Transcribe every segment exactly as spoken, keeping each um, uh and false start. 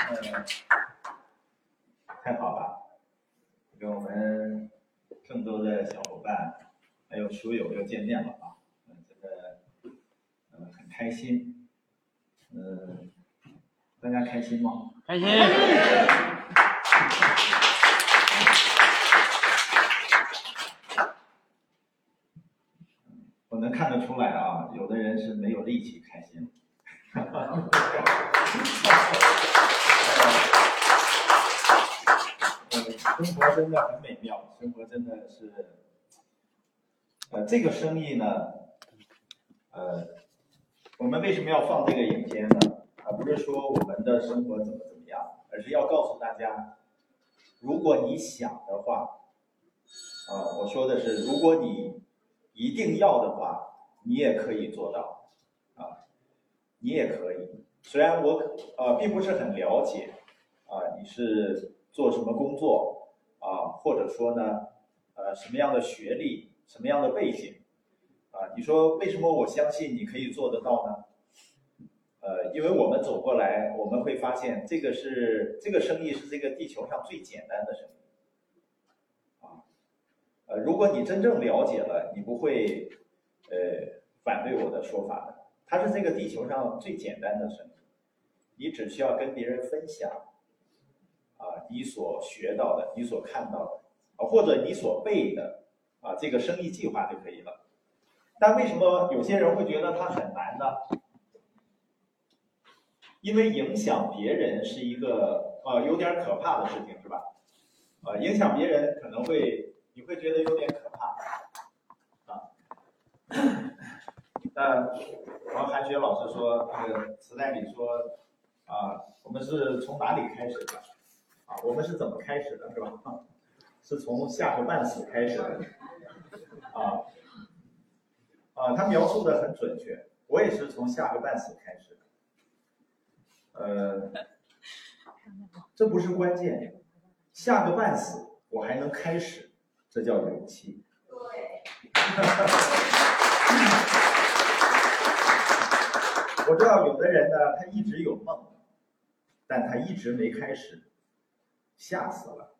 呃，太好了，跟我们郑州的小伙伴还有书友又见面了啊，嗯，真的，呃，很开心，嗯，大家开心吗？ 开心。 我能看得出来啊，有的人是没有力气开心。呃，生活真的很美妙，生活真的是，呃，这个生意呢，呃，我们为什么要放这个影片呢？啊，不是说我们的生活怎么怎么样，而是要告诉大家，如果你想的话，啊，我说的是，如果你一定要的话，你也可以做到，啊，你也可以。虽然我呃并不是很了解，啊，你是做什么工作啊，或者说呢，呃，什么样的学历，什么样的背景，啊，你说为什么我相信你可以做得到呢？呃，因为我们走过来，我们会发现这个是这个生意是这个地球上最简单的生意。呃，如果你真正了解了，你不会呃反对我的说法的。它是这个地球上最简单的生意，你只需要跟别人分享啊，你所学到的，你所看到的，啊，或者你所背的啊，这个生意计划就可以了。但为什么有些人会觉得它很难呢？因为影响别人是一个呃有点可怕的事情，是吧？呃，影响别人可能会你会觉得有点可怕啊。那王韩雪老师说，那个磁带里说啊，我们是从哪里开始的？啊，我们是怎么开始的，是吧？是从吓个半死开始的。啊啊，他描述的很准确，我也是从吓个半死开始的。呃，这不是关键，吓个半死，我还能开始，这叫勇气。对。我知道有的人呢，他一直有梦，但他一直没开始，吓死了。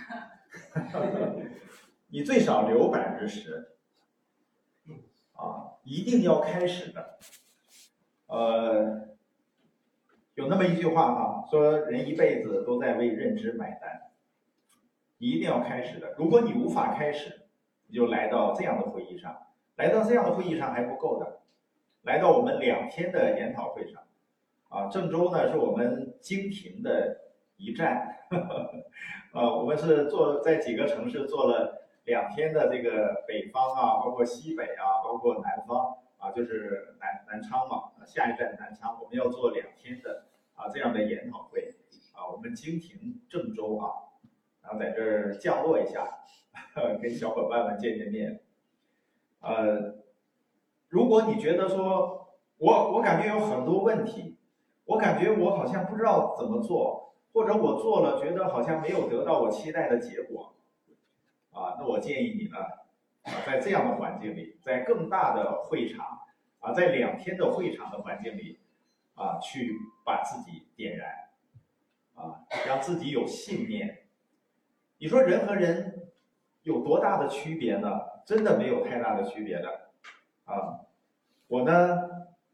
你最少留百分之十，啊，一定要开始的。呃，有那么一句话啊，说人一辈子都在为认知买单，你一定要开始的。如果你无法开始，你就来到这样的会议上，来到这样的会议上还不够的，来到我们两天的研讨会上。啊，郑州呢是我们经停的一站，呵呵呃，我们是做在几个城市做了两天的这个北方啊，包括西北啊，包括南方啊，就是南南昌嘛，下一站南昌，我们要做两天的啊这样的研讨会啊，我们经停郑州啊，然后在这儿降落一下，呵呵跟小伙伴们见见面。呃，如果你觉得说我我感觉有很多问题。我感觉我好像不知道怎么做，或者我做了觉得好像没有得到我期待的结果，啊，那我建议你呢，啊，在这样的环境里，在更大的会场，啊，在两天的会场的环境里，啊，去把自己点燃，啊，让自己有信念。你说人和人有多大的区别呢？真的没有太大的区别的，啊，我呢。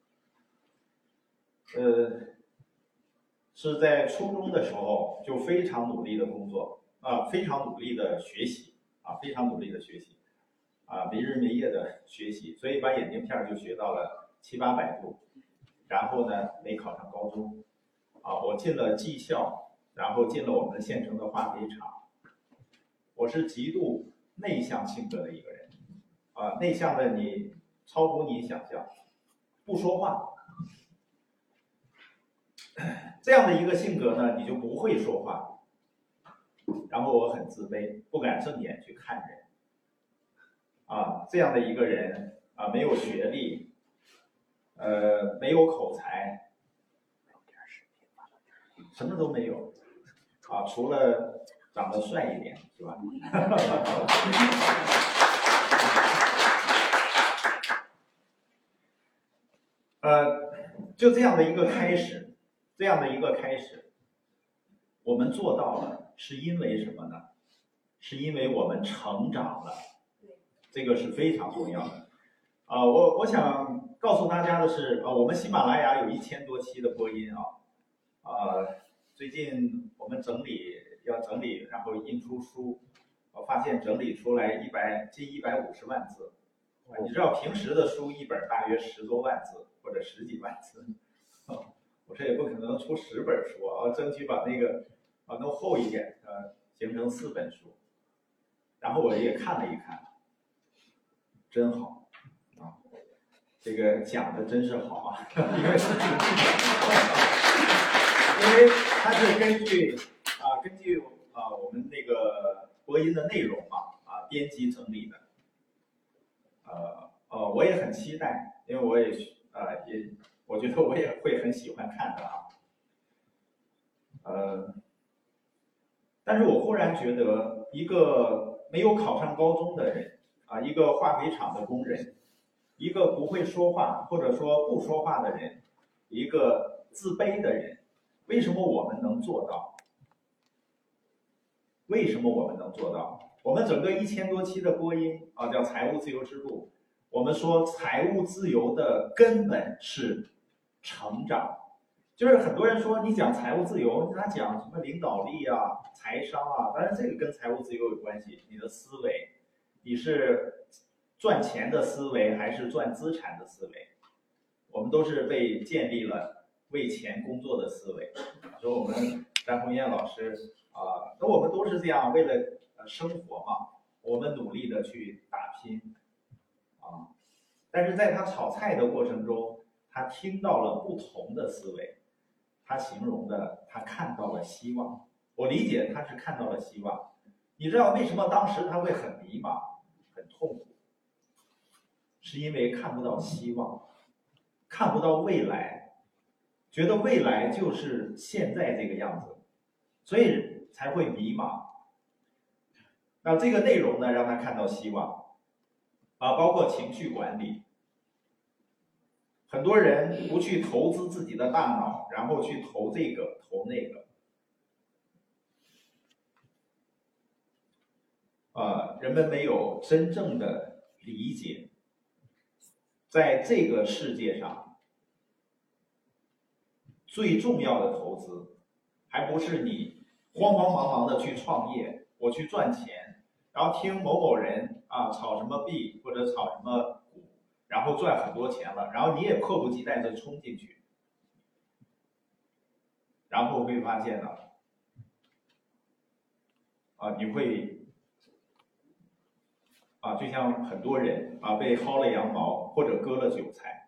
呃，是在初中的时候就非常努力的工作啊，非常努力的学习啊，非常努力的学习啊，没日没夜的学习，所以把眼镜片就学到了七八百度，然后呢没考上高中啊，我进了技校，然后进了我们县城的化肥厂。我是极度内向性格的一个人啊，内向的你超乎你想象，不说话。这样的一个性格呢，你就不会说话。然后我很自卑，不敢正眼去看人。啊，这样的一个人啊，没有学历，呃，没有口才，什么都没有，啊，除了长得帅一点，是吧？呃，就这样的一个开始，这样的一个开始， 我们做到了，是因为什么呢？是因为我们成长了，这个是非常重要的。啊、呃，我我想告诉大家的是，呃，我们喜马拉雅有一千多期的播音啊，啊、呃，最近我们整理要整理，然后印出书，我发现整理出来一百近一百五十万字。你知道平时的书一本大约十多万字或者十几万字，我这也不可能出十本书啊，争取把那个啊弄厚一点，呃，形成四本书。然后我也看了一看，真好啊，这个讲的真是好啊，因为因为它是根据啊根据啊我们那个播音的内容嘛啊编辑整理的。呃呃，我也很期待，因为我也呃也，我觉得我也会很喜欢看的啊。呃，但是我忽然觉得，一个没有考上高中的人啊，一个化肥厂的工人，一个不会说话或者说不说话的人，一个自卑的人，为什么我们能做到？为什么我们能做到？我们整个一千多期的播音啊，叫财务自由之路。我们说财务自由的根本是成长，就是很多人说你讲财务自由，他讲什么领导力啊、财商啊，当然这个跟财务自由有关系。你的思维，你是赚钱的思维还是赚资产的思维？我们都是被建立了为钱工作的思维。说我们张红艳老师啊，那我们都是这样，为了呃生活嘛，我们努力的去打拼。啊，但是在他炒菜的过程中，他听到了不同的思维，他形容的他看到了希望。我理解他是看到了希望。你知道为什么当时他会很迷茫、很痛苦？是因为看不到希望，看不到未来，觉得未来就是现在这个样子，所以才会迷茫。那这个内容呢，让他看到希望。啊，包括情绪管理，很多人不去投资自己的大脑，然后去投这个投那个，啊，人们没有真正的理解，在这个世界上，最重要的投资，还不是你慌慌忙忙的去创业，我去赚钱，然后听某某人啊炒什么币或者炒什么股，然后赚很多钱了，然后你也迫不及待的冲进去，然后会发现呢，啊，你会啊，就像很多人啊被薅了羊毛或者割了韭菜，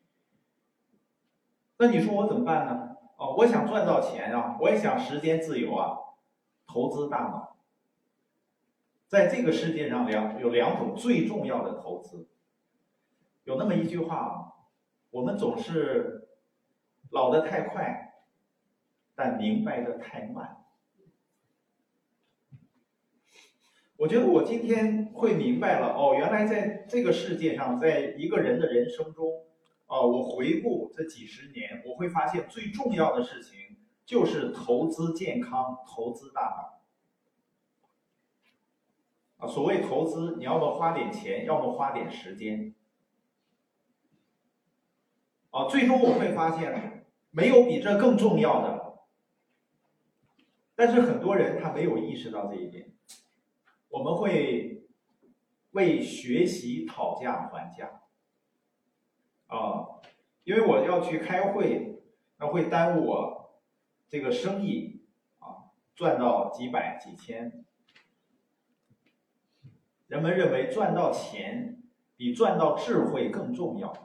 那你说我怎么办呢？哦，我想赚到钱啊，我也想时间自由啊，投资大脑。在这个世界上两有两种最重要的投资，有那么一句话，我们总是老得太快，但明白得太慢。我觉得我今天会明白了，哦，原来在这个世界上，在一个人的人生中，哦，我回顾这几十年，我会发现最重要的事情就是投资健康，投资大脑。啊，所谓投资，你要么花点钱，要么花点时间。啊，最终我会发现，没有比这更重要的。但是很多人他没有意识到这一点。我们会为学习讨价还价。啊，因为我要去开会，那会耽误我这个生意啊，赚到几百几千。人们认为赚到钱比赚到智慧更重要。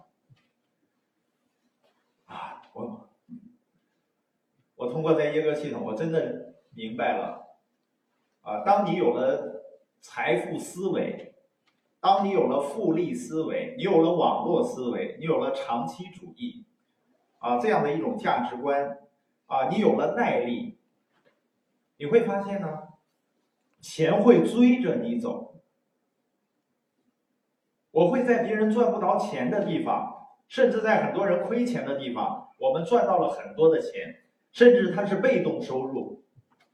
啊，我我通过在耶格系统，我真的明白了。啊，当你有了财富思维，当你有了复利思维，你有了网络思维，你有了长期主义，啊，这样的一种价值观，啊，你有了耐力，你会发现呢，钱会追着你走。我会在别人赚不着钱的地方，甚至在很多人亏钱的地方，我们赚到了很多的钱，甚至它是被动收入。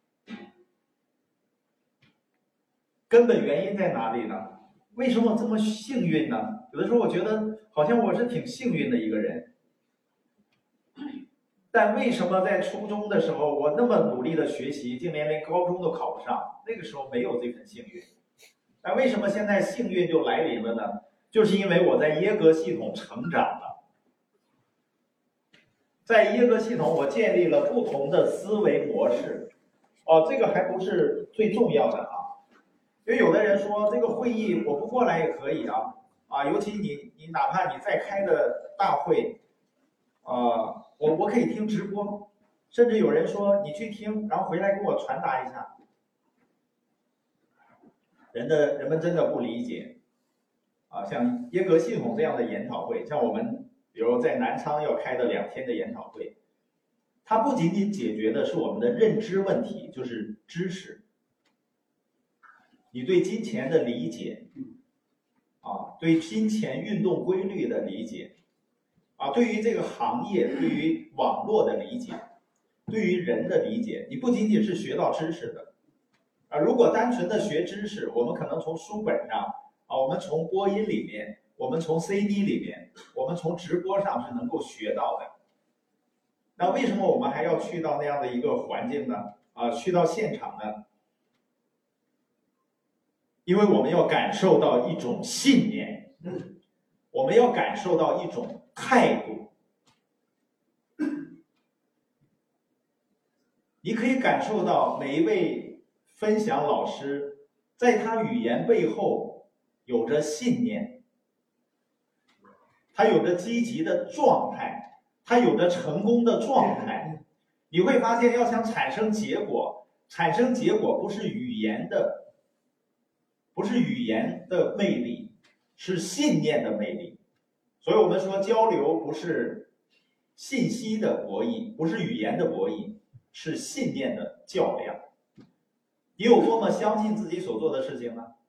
根本原因在哪里呢？为什么这么幸运呢？有的时候我觉得好像我是挺幸运的一个人，但为什么在初中的时候我那么努力的学习，竟然连高中都考不上？那个时候没有这份幸运。但为什么现在幸运就来临了呢？就是因为我在耶格系统成长了，在耶格系统我建立了不同的思维模式。哦，这个还不是最重要的啊，因为有的人说这个会议我不过来也可以啊，啊，尤其你你哪怕你再开的大会，啊，我我可以听直播，甚至有人说你去听，然后回来给我传达一下。人的人们真的不理解，啊，像耶格系统这样的研讨会，像我们比如在南昌要开的两天的研讨会。它不仅仅解决的是我们的认知问题，就是知识，你对金钱的理解，啊，对金钱运动规律的理解，啊，对于这个行业、对于网络的理解，对于人的理解，你不仅仅是学到知识的，啊，如果单纯的学知识，我们可能从书本上，啊，我们从播音里面，我们从 C D 里面，我们从直播上是能够学到的。那为什么我们还要去到那样的一个环境呢？啊，去到现场呢？因为我们要感受到一种信念，我们要感受到一种态度。你可以感受到每一位分享老师，在他语言背后有着信念，他有着积极的状态，他有着成功的状态。你会发现，要想产生结果，产生结果不是语言的，不是语言的魅力，是信念的魅力。所以我们说交流不是信息的博弈，不是语言的博弈，是信念的较量。你有多么相信自己所做的事情呢？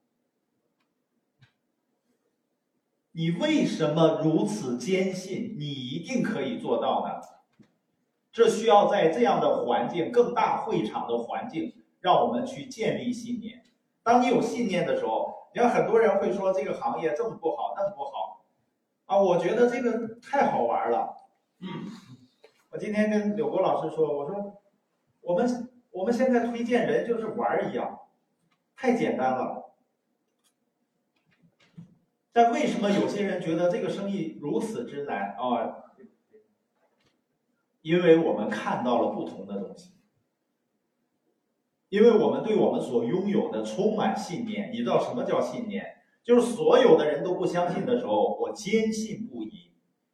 你为什么如此坚信你一定可以做到呢？这需要在这样的环境，更大会场的环境，让我们去建立信念。当你有信念的时候，你看很多人会说这个行业这么不好，那么不好，啊，我觉得这个太好玩了。我今天跟柳国老师说，我说我们我们现在推荐人就是玩一样，太简单了。但为什么有些人觉得这个生意如此之难啊？因为我们看到了不同的东西，因为我们对我们所拥有的充满信念。你知道什么叫信念？就是所有的人都不相信的时候，我坚信不疑。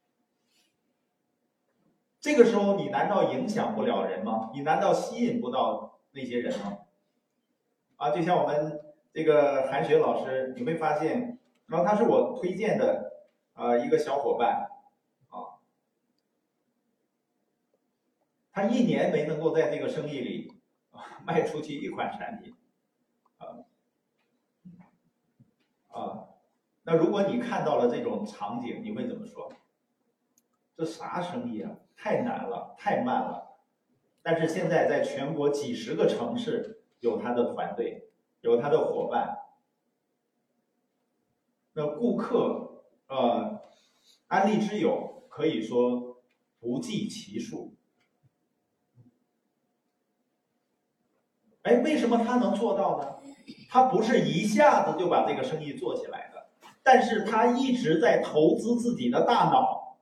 这个时候，你难道影响不了人吗？你难道吸引不到那些人吗？啊，就像我们这个韩雪老师，你会发现，然后他是我推荐的呃一个小伙伴。他一年没能够在这个生意里卖出去一款产品，啊啊，那如果你看到了这种场景，你会怎么说？这啥生意啊？太难了，太慢了。但是现在在全国几十个城市有他的团队，有他的伙伴，那顾客呃安利之友可以说不计其数。哎，为什么他能做到呢？他不是一下子就把这个生意做起来的，但是他一直在投资自己的大脑。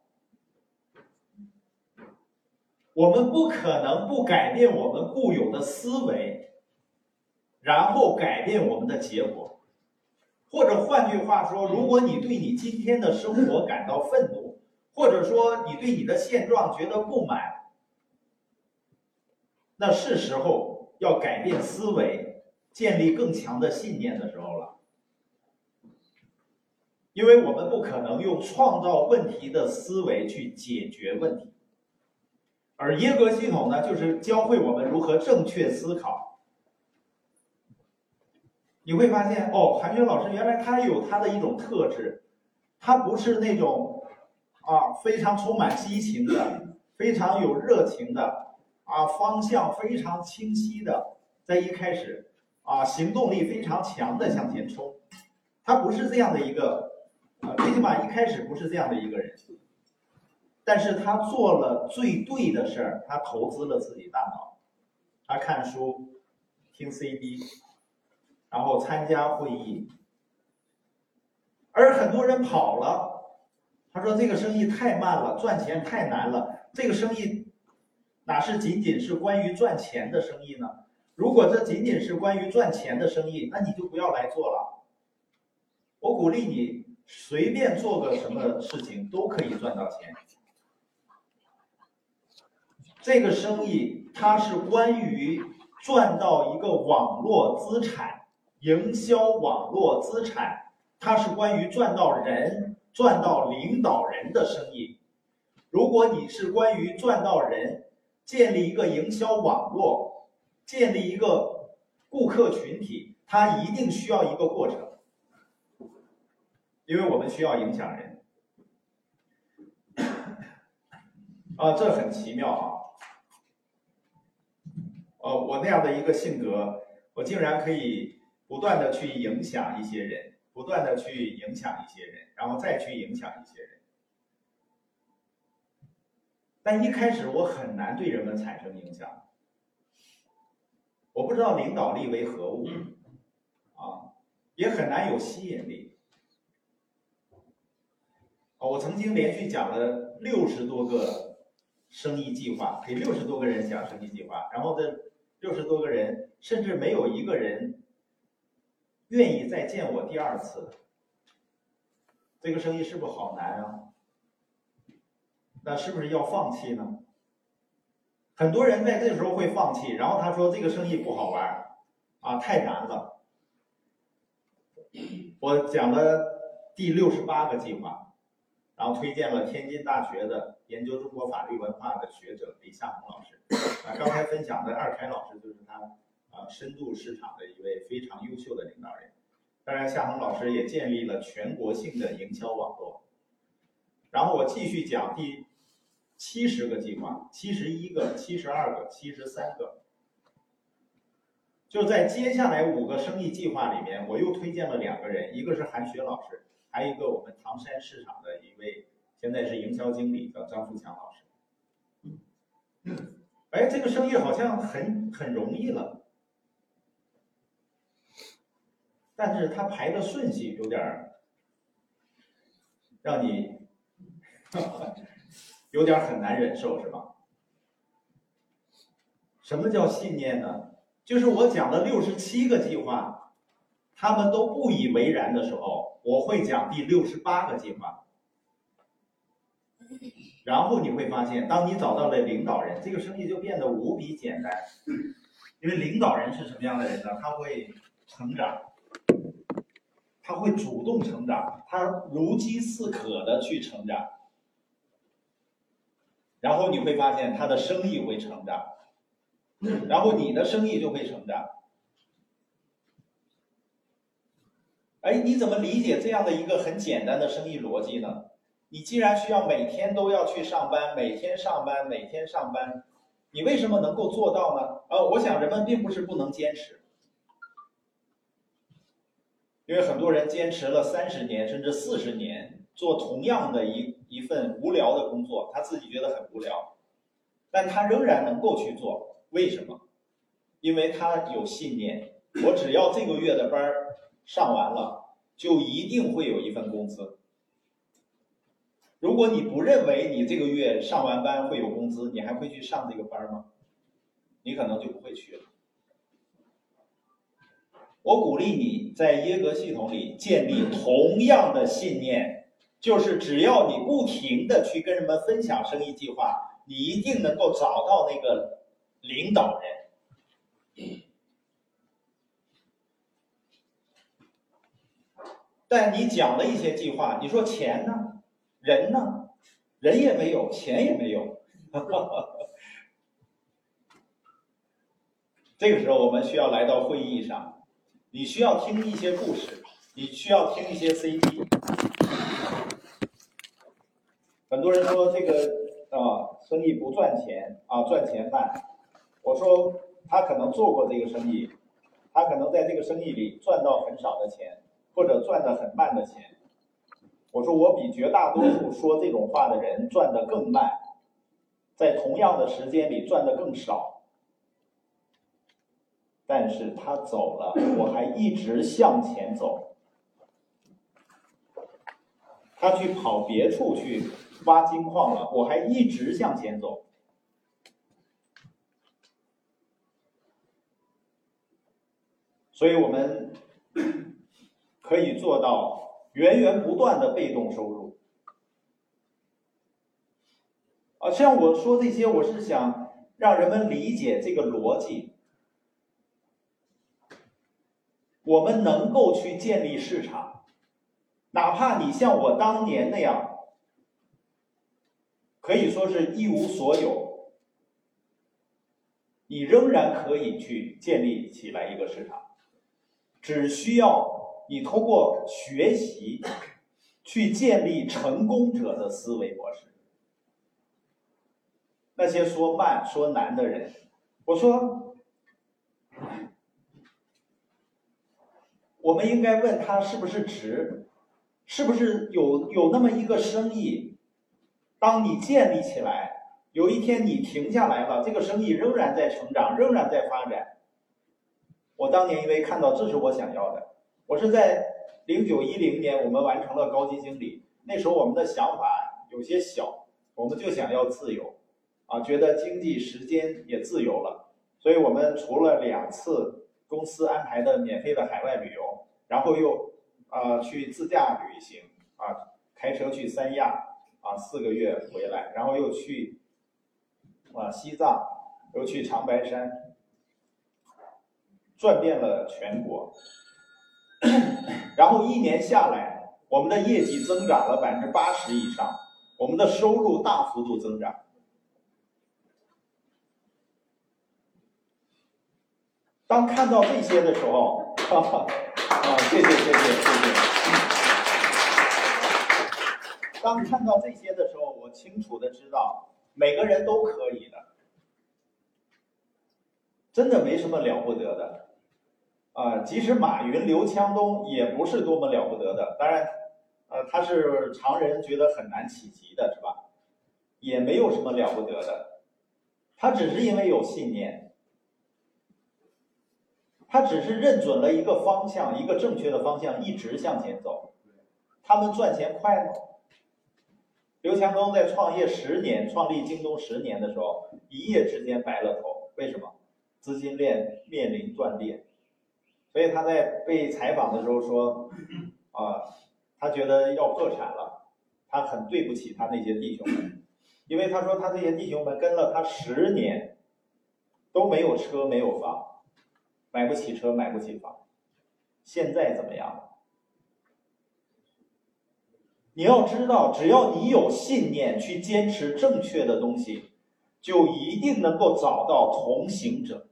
我们不可能不改变我们固有的思维，然后改变我们的结果。或者换句话说，如果你对你今天的生活感到愤怒，或者说你对你的现状觉得不满，那是时候要改变思维，建立更强的信念的时候了。因为我们不可能用创造问题的思维去解决问题，而耶格系统呢，就是教会我们如何正确思考。你会发现，哦，韩雪老师原来他有他的一种特质，他不是那种啊非常充满激情的，非常有热情的，啊方向非常清晰的，在一开始， 啊，行动力非常强的向前冲。他不是这样的一个，啊，最起码一开始不是这样的一个人。但是他做了最对的事儿，他投资了自己大脑，他看书、听 C D， 然后参加会议。而很多人跑了，他说这个生意太慢了，赚钱太难了。这个生意哪是仅仅是关于赚钱的生意呢？如果这仅仅是关于赚钱的生意，那你就不要来做了。我鼓励你随便做个什么事情都可以赚到钱。这个生意它是关于赚到一个网络资产，营销网络资产，它是关于赚到人、赚到领导人的生意。如果你是关于赚到人，建立一个营销网络，建立一个顾客群体，它一定需要一个过程，因为我们需要影响人。啊，这很奇妙啊！呃，我那样的一个性格，我竟然可以不断的去影响一些人，不断的去影响一些人，然后再去影响一些人。但一开始我很难对人们产生影响，我不知道领导力为何物，啊，也很难有吸引力。啊，我曾经连续讲了六十多个生意计划，给六十多个人讲生意计划，然后这六十多个人甚至没有一个人愿意再见我第二次。这个生意是不是好难啊？那是不是要放弃呢？很多人在这个时候会放弃，然后他说这个生意不好玩，啊，太难了。我讲了第六十八个计划，然后推荐了天津大学的研究中国法律文化的学者李夏红老师。啊，刚才分享的二凯老师就是他啊深度市场的一位非常优秀的领导人。当然，夏红老师也建立了全国性的营销网络。然后我继续讲第七十个计划，七十一个、七十二个、七十三个。就在接下来五个生意计划里面，我又推荐了两个人，一个是韩雪老师，还有一个我们唐山市场的一位现在是营销经理叫张富强老师。哎，这个生意好像很很容易了，但是它排的顺序有点让你有点很难忍受，是吧？什么叫信念呢？就是我讲了六十七个计划，他们都不以为然的时候，我会讲第六十八个计划。然后你会发现，当你找到了领导人，这个生意就变得无比简单。因为领导人是什么样的人呢？他会成长，他会主动成长，他如饥似渴的去成长。然后你会发现他的生意会成长，然后你的生意就会成长。哎，你怎么理解这样的一个很简单的生意逻辑呢？你既然需要每天都要去上班，每天上班，每天上班，你为什么能够做到呢？呃，我想人们并不是不能坚持，因为很多人坚持了三十年甚至四十年，做同样的一一份无聊的工作，他自己觉得很无聊，但他仍然能够去做，为什么？因为他有信念，我只要这个月的班上完了，就一定会有一份工资。如果你不认为你这个月上完班会有工资，你还会去上这个班吗？你可能就不会去了。我鼓励你在耶格系统里建立同样的信念，就是只要你不停的去跟人们分享生意计划，你一定能够找到那个领导人。但你讲了一些计划，你说钱呢？人呢？人也没有，钱也没有。这个时候我们需要来到会议上，你需要听一些故事，你需要听一些 C D。很多人说这个啊生意不赚钱啊，赚钱慢。我说他可能做过这个生意， 他可能在这个生意里赚到很少的钱，或者赚得很慢的钱。我说我比绝大多数说这种话的人赚得更慢，在同样的时间里赚得更少。但是他走了，我还一直向前走。他去跑别处去挖金矿了，我还一直向前走。所以我们可以做到源源不断的被动收入。啊，像我说这些，我是想让人们理解这个逻辑。我们能够去建立市场，哪怕你像我当年那样，可以说是一无所有，你仍然可以去建立起来一个市场。只需要你通过学习去建立成功者的思维模式。那些说慢说难的人，我说我们应该问他是不是值，是不是有有那么一个生意，当你建立起来，有一天你停下来了，这个生意仍然在成长，仍然在发展。我当年因为看到这是我想要的，我是在零九一零年我们完成了高级经理，那时候我们的想法有些小，我们就想要自由，啊，觉得经济时间也自由了，所以我们除了两次公司安排的免费的海外旅游，然后又啊、呃、去自驾旅行啊，开车去三亚啊四个月回来，然后又去啊西藏，又去长白山。转遍了全国，然后一年下来，我们的业绩增长了百分之八十以上，我们的收入大幅度增长。当看到这些的时候，哈哈，啊，谢谢谢谢谢谢。当看到这些的时候，我清楚的知道，每个人都可以的，真的没什么了不得的。啊、呃，即使马云、刘强东也不是多么了不得的，当然，呃，他是常人觉得很难企及的，是吧？也没有什么了不得的，他只是因为有信念，他只是认准了一个方向，一个正确的方向，一直向前走。他们赚钱快吗？刘强东在创业十年，创立京东十年的时候，一夜之间白了头，为什么？资金链面临断裂。所以他在被采访的时候说，啊，他觉得要破产了，他很对不起他那些弟兄们，因为他说他这些弟兄们跟了他十年，都没有车没有房，买不起车买不起房，现在怎么样了？你要知道，只要你有信念去坚持正确的东西，就一定能够找到同行者。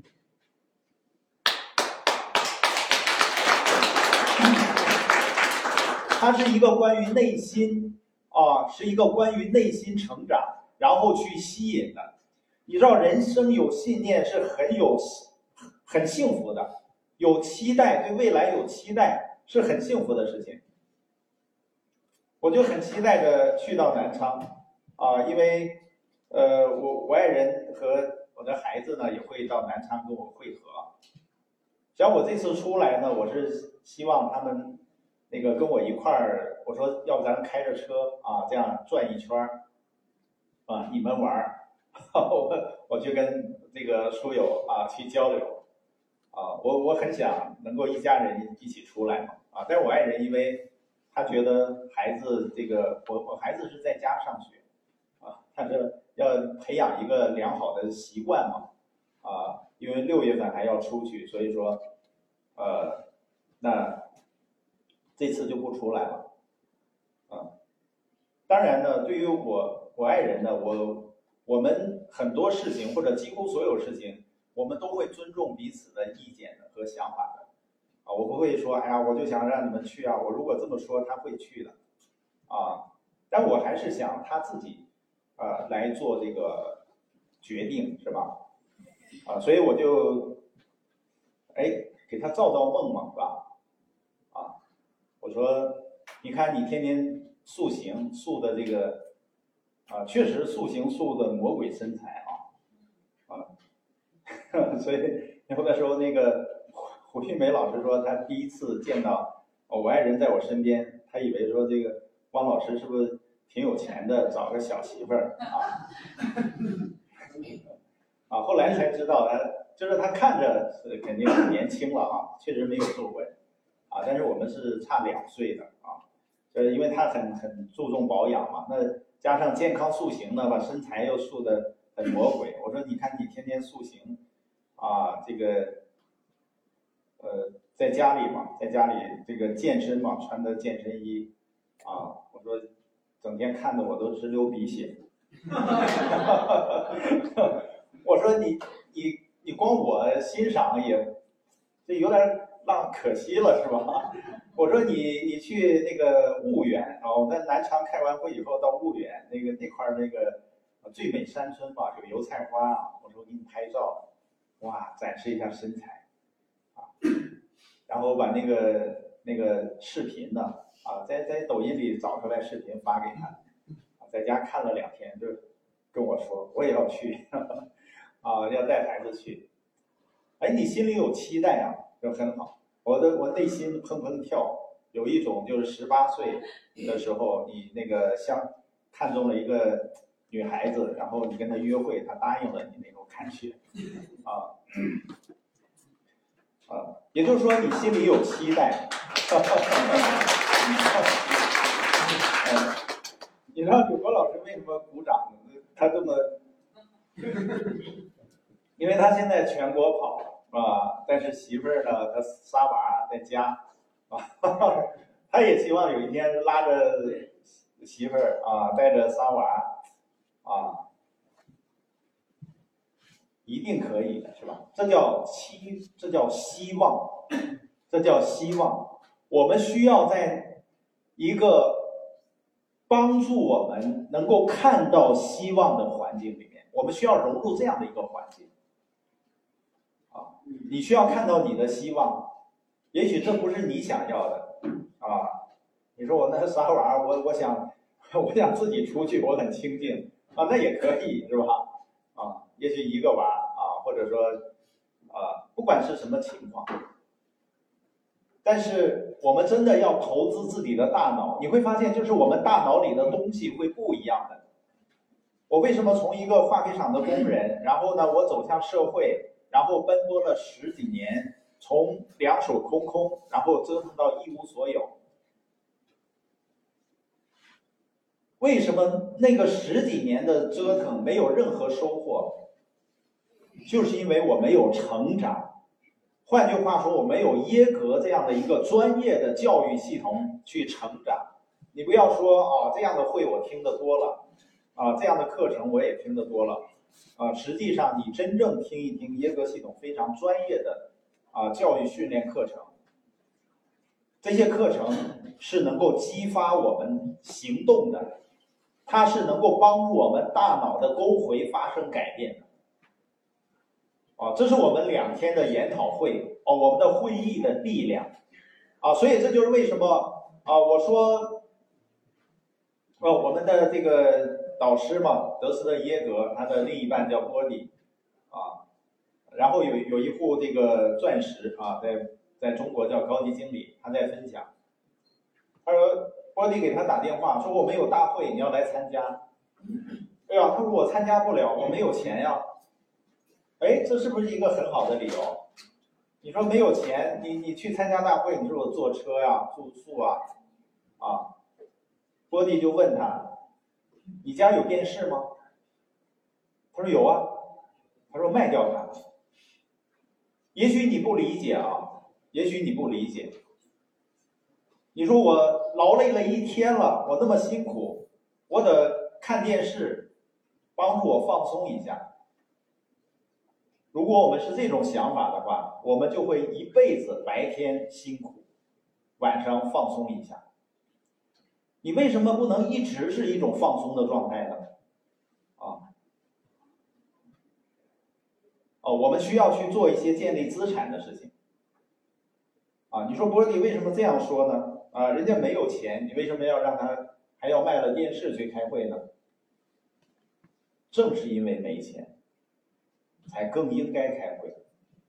它是一个关于内心啊，是一个关于内心成长，然后去吸引的。你知道，人生有信念是很有很幸福的，有期待，对未来有期待是很幸福的事情。我就很期待着去到南昌啊，因为呃，我我爱人和我的孩子呢也会到南昌跟我会合。像我这次出来呢，我是希望他们那个跟我一块儿，我说要不咱开着车啊，这样转一圈儿，啊，你们玩儿，我我去跟这个书友啊去交流，啊，我我很想能够一家人一起出来嘛，啊，但是我爱人因为他觉得孩子这个，我我孩子是在家上学，啊，他是要培养一个良好的习惯嘛，啊，因为六月份还要出去，所以说，呃，那这次就不出来了，啊，当然呢，对于我我爱人呢，我我们很多事情或者几乎所有事情，我们都会尊重彼此的意见的和想法的。啊，我不会说，哎呀，我就想让你们去啊，我如果这么说，他会去的，啊，但我还是想他自己，呃，来做这个决定，是吧？啊，所以我就哎，给他造造梦嘛，是吧？啊，我说，你看你天天塑形塑的这个，啊，确实塑形塑的魔鬼身材啊，啊，所以然后那时候那个胡玉梅老师说，他第一次见到我爱人在我身边，他以为说这个汪老师是不是挺有钱的，找个小媳妇儿啊？啊，后来才知道他就是他看着是肯定很年轻了啊，确实没有皱纹啊，但是我们是差两岁的啊，呃，因为他很很注重保养嘛，那加上健康塑形呢，把身材又塑得很魔鬼。我说你看你天天塑形啊，这个呃在家里嘛，在家里这个健身嘛，穿的健身衣啊，我说整天看的我都直流鼻血。我说你你你光我欣赏也，这有点浪可惜了是吧？我说你你去那个婺源啊，我在南昌开完会以后到婺源那个那块那个最美山村嘛，有油菜花啊，我说给你拍照，哇，展示一下身材啊，然后把那个那个视频呢啊，在在抖音里找出来视频发给他，在家看了两天就跟我说我也要去。啊，要带孩子去，哎，你心里有期待啊，就很好。我的我内心砰砰跳，有一种就是十八岁的时候，你那个相看中了一个女孩子，然后你跟她约会，她答应了你那种感觉，啊啊，也就是说你心里有期待。嗯，你知道柳国老师为什么鼓掌？他这么。因为他现在全国跑啊，但是媳妇儿呢，他仨娃在家啊，他也希望有一天拉着媳妇儿啊，带着仨娃啊，一定可以的，是吧？这叫期，这叫希望，这叫希望。我们需要在一个帮助我们能够看到希望的环境里面，我们需要融入这样的一个环境。你需要看到你的希望，也许这不是你想要的啊。你说我那啥玩意儿，我我想我想自己出去，我很清静啊，那也可以是吧？啊，也许一个娃啊，或者说啊，不管是什么情况，但是我们真的要投资自己的大脑，你会发现，就是我们大脑里的东西会不一样的。我为什么从一个化肥厂的工人，然后呢，我走向社会？然后奔波了十几年，从两手空空，然后折腾到一无所有。为什么那个十几年的折腾没有任何收获？就是因为我没有成长。换句话说，我没有耶格这样的一个专业的教育系统去成长。你不要说啊，这样的会我听得多了，啊，这样的课程我也听得多了。啊，实际上你真正听一听耶格系统非常专业的啊教育训练课程，这些课程是能够激发我们行动的，它是能够帮助我们大脑的沟回发生改变的。啊，这是我们两天的研讨会哦，我们的会议的力量啊，所以这就是为什么啊，我说，呃、啊，我们的这个。导师嘛，德斯特耶格，他的另一半叫波迪，啊，然后有有一户这个钻石啊，在在中国叫高级经理，他在分享，他说波迪给他打电话说我们有大会，你要来参加，哎呀，他说我参加不了，我没有钱呀，哎，这是不是一个很好的理由？你说没有钱，你你去参加大会，你说我坐车呀、住宿啊，啊，波迪就问他。你家有电视吗？他说有啊。他说卖掉它。也许你不理解啊，也许你不理解。你说我劳累了一天了，我那么辛苦，我得看电视，帮助我放松一下。如果我们是这种想法的话，我们就会一辈子白天辛苦，晚上放松一下。你为什么不能一直是一种放松的状态呢？啊，哦，我们需要去做一些建立资产的事情啊，你说伯迪为什么这样说呢？啊，人家没有钱，你为什么要让他还要卖了电视去开会呢？正是因为没钱，才更应该开会。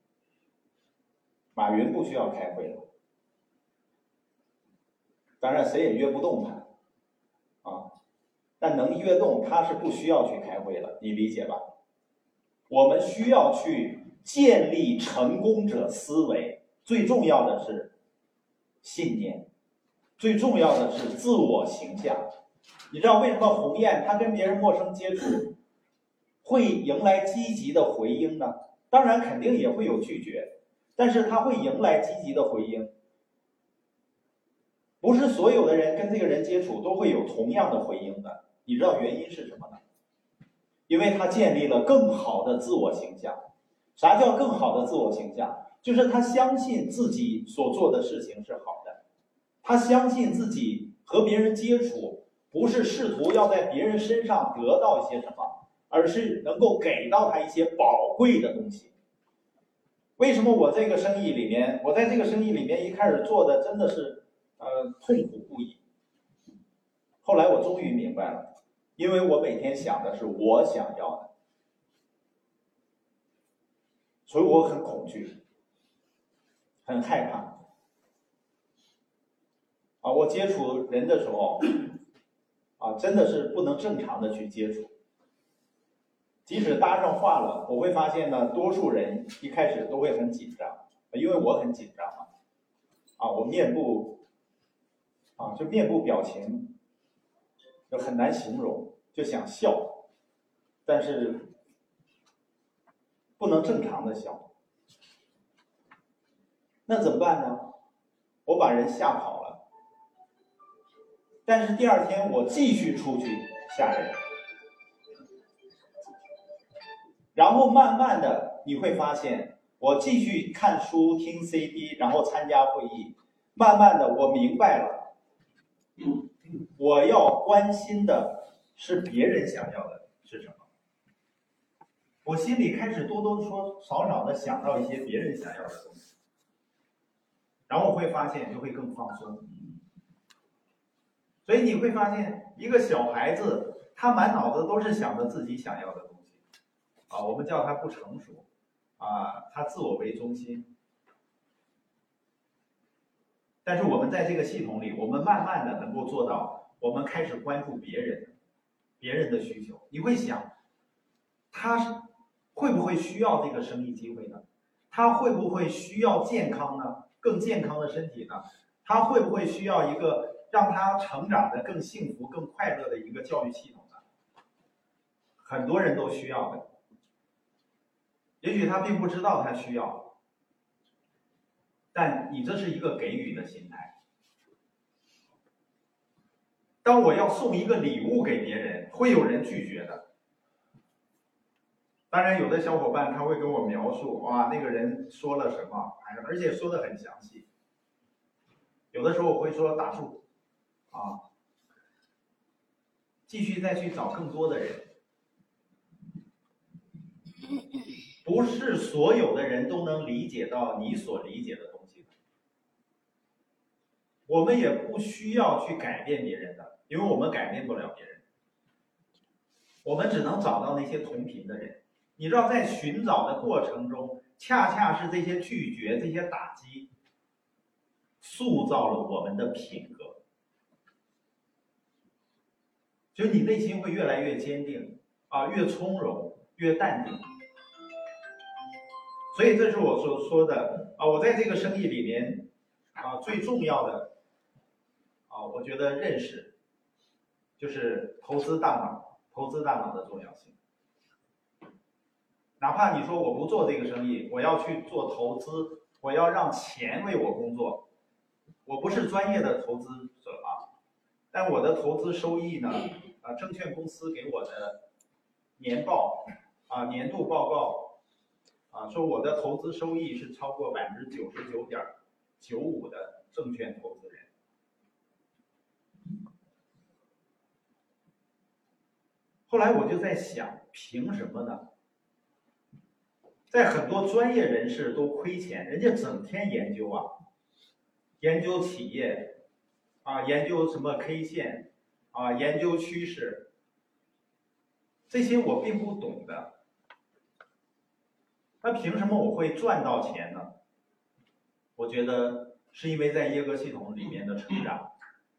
马云不需要开会了，当然谁也约不动他，啊，但能约动他是不需要去开会了，你理解吧？我们需要去建立成功者思维，最重要的是信念，最重要的是自我形象。你知道为什么鸿雁他跟别人陌生接触会迎来积极的回应呢？当然肯定也会有拒绝，但是他会迎来积极的回应。不是所有的人跟这个人接触都会有同样的回应的，你知道原因是什么呢？因为他建立了更好的自我形象。啥叫更好的自我形象？就是他相信自己所做的事情是好的，他相信自己和别人接触不是试图要在别人身上得到一些什么，而是能够给到他一些宝贵的东西。为什么我这个生意里面，我在这个生意里面一开始做的真的是呃痛苦不已，后来我终于明白了，因为我每天想的是我想要的，所以我很恐惧，很害怕。啊，我接触人的时候，啊，真的是不能正常的去接触。即使搭上话了，我会发现呢，多数人一开始都会很紧张，因为我很紧张嘛。啊，我面部，啊，就面部表情，就很难形容，就想笑，但是不能正常的笑。那怎么办呢？我把人吓跑了，但是第二天我继续出去吓人。然后慢慢的你会发现，我继续看书、听 C D， 然后参加会议，慢慢的我明白了，我要关心的是别人想要的是什么。我心里开始多多说少少的想到一些别人想要的东西，然后我会发现就会更放松。所以你会发现，一个小孩子他满脑子都是想着自己想要的东西。啊，我们叫他不成熟，啊，他自我为中心。但是我们在这个系统里，我们慢慢的能够做到，我们开始关注别人，别人的需求。你会想，他是会不会需要这个生意机会呢？他会不会需要健康呢？更健康的身体呢？他会不会需要一个让他成长的更幸福、更快乐的一个教育系统呢？很多人都需要的。也许他并不知道他需要，但你这是一个给予的心态。当我要送一个礼物给别人，会有人拒绝的。当然，有的小伙伴他会跟我描述，哇，那个人说了什么，而且说的很详细。有的时候我会说打住，啊，继续再去找更多的人。不是所有的人都能理解到你所理解的东西的。我们也不需要去改变别人的，因为我们改变不了别人。我们只能找到那些同频的人。你知道，在寻找的过程中，恰恰是这些拒绝、这些打击，塑造了我们的品格。就你内心会越来越坚定，啊，越从容，越淡定。所以这是我所说的啊，我在这个生意里面啊，最重要的啊，我觉得认识就是投资大脑，投资大脑的重要性。哪怕你说我不做这个生意，我要去做投资，我要让钱为我工作，我不是专业的投资者啊，但我的投资收益呢，啊，证券公司给我的年报啊，年度报告。啊，说我的投资收益是超过百分之九十九点九五的证券投资人。后来我就在想，凭什么呢？在很多专业人士都亏钱，人家整天研究啊， 研究企业，啊，研究什么 K 线，啊，研究趋势，这些我并不懂的。那凭什么我会赚到钱呢？我觉得是因为在耶格系统里面的成长，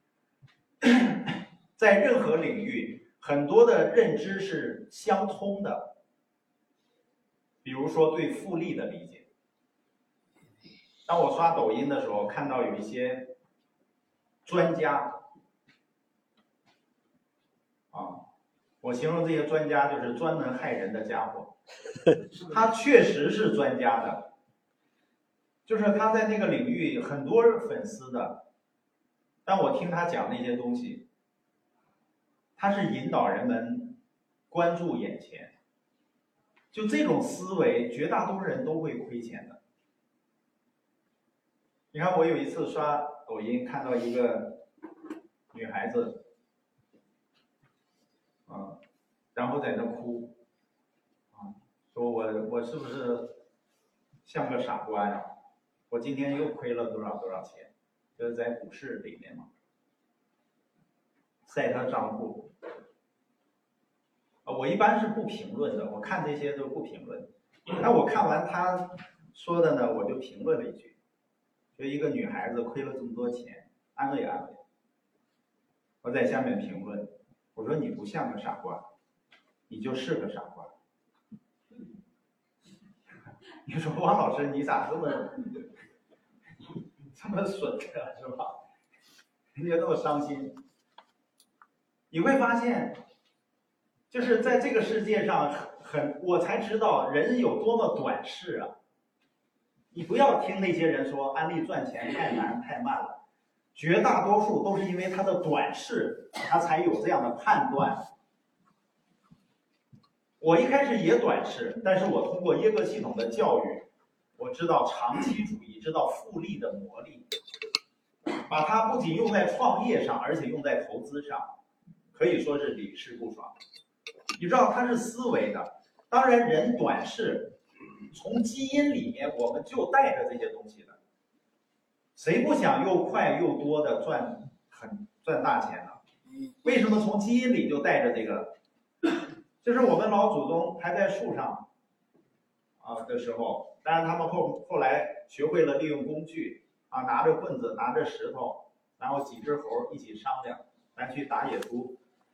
在任何领域，很多的认知是相通的。比如说对复利的理解。当我刷抖音的时候，看到有一些专家，啊，我形容这些专家就是专门害人的家伙。他确实是专家的，就是他在那个领域很多粉丝的，但我听他讲那些东西，他是引导人们关注眼前。就这种思维，绝大多数人都会亏钱的。你看，我有一次刷抖音，看到一个女孩子，啊，然后在那哭，啊，说我我是不是像个傻瓜呀？我今天又亏了多少多少钱？就是在股市里面嘛，晒她账户。啊，我一般是不评论的，我看这些都不评论。那我看完她说的呢，我就评论了一句。就一个女孩子亏了这么多钱，安慰安慰。我在下面评论，我说你不像个傻瓜，你就是个傻瓜。你说王老师你咋这么这么损的是吧？人家这么伤心。你会发现，就是在这个世界上很，我才知道人有多么短视啊。你不要听那些人说安利赚钱太难太慢了，绝大多数都是因为他的短视，他才有这样的判断。我一开始也短视，但是我通过耶格系统的教育，我知道长期主义，知道复利的魔力，把它不仅用在创业上，而且用在投资上，可以说是屡试不爽。你知道它是思维的，当然人短视。从基因里面我们就带着这些东西的，谁不想又快又多的赚很赚大钱呢？为什么从基因里就带着这个？就是我们老祖宗还在树上啊的时候，当然他们后后来学会了利用工具啊，拿着棍子，拿着石头，然后几只猴一起商量，咱去打野猪。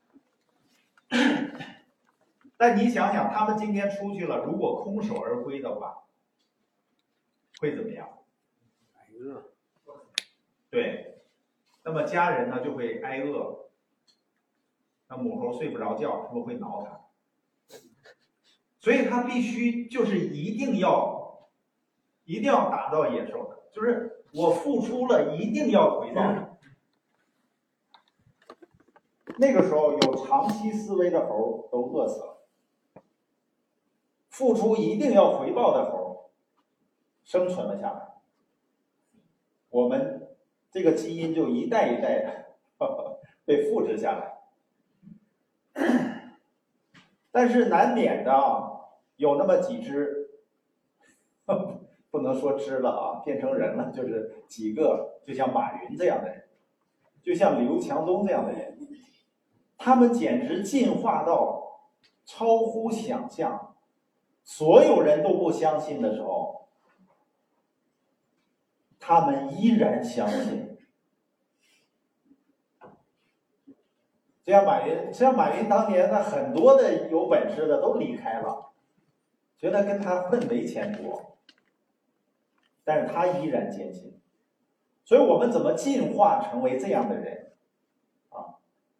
但你想想，他们今天出去了，如果空手而归的话，会怎么样？ 挨饿。 对，那么家人呢就会挨饿，那母猴睡不着觉，他们会挠它，所以他必须就是一定要，一定要打到野兽的，就是我付出了一定要回报。那个时候有长期思维的猴都饿死了。付出一定要回报的猴生存了下来，我们这个基因就一代一代的呵呵被复制下来。但是难免的啊，有那么几只，呵呵不能说只了啊，变成人了，就是几个，就像马云这样的人，就像刘强东这样的人，他们简直进化到超乎想象。所有人都不相信的时候，他们依然相信。就像马云，像马云当年，那很多的有本事的都离开了，觉得跟他混没前途，但是他依然坚信。所以我们怎么进化成为这样的人啊？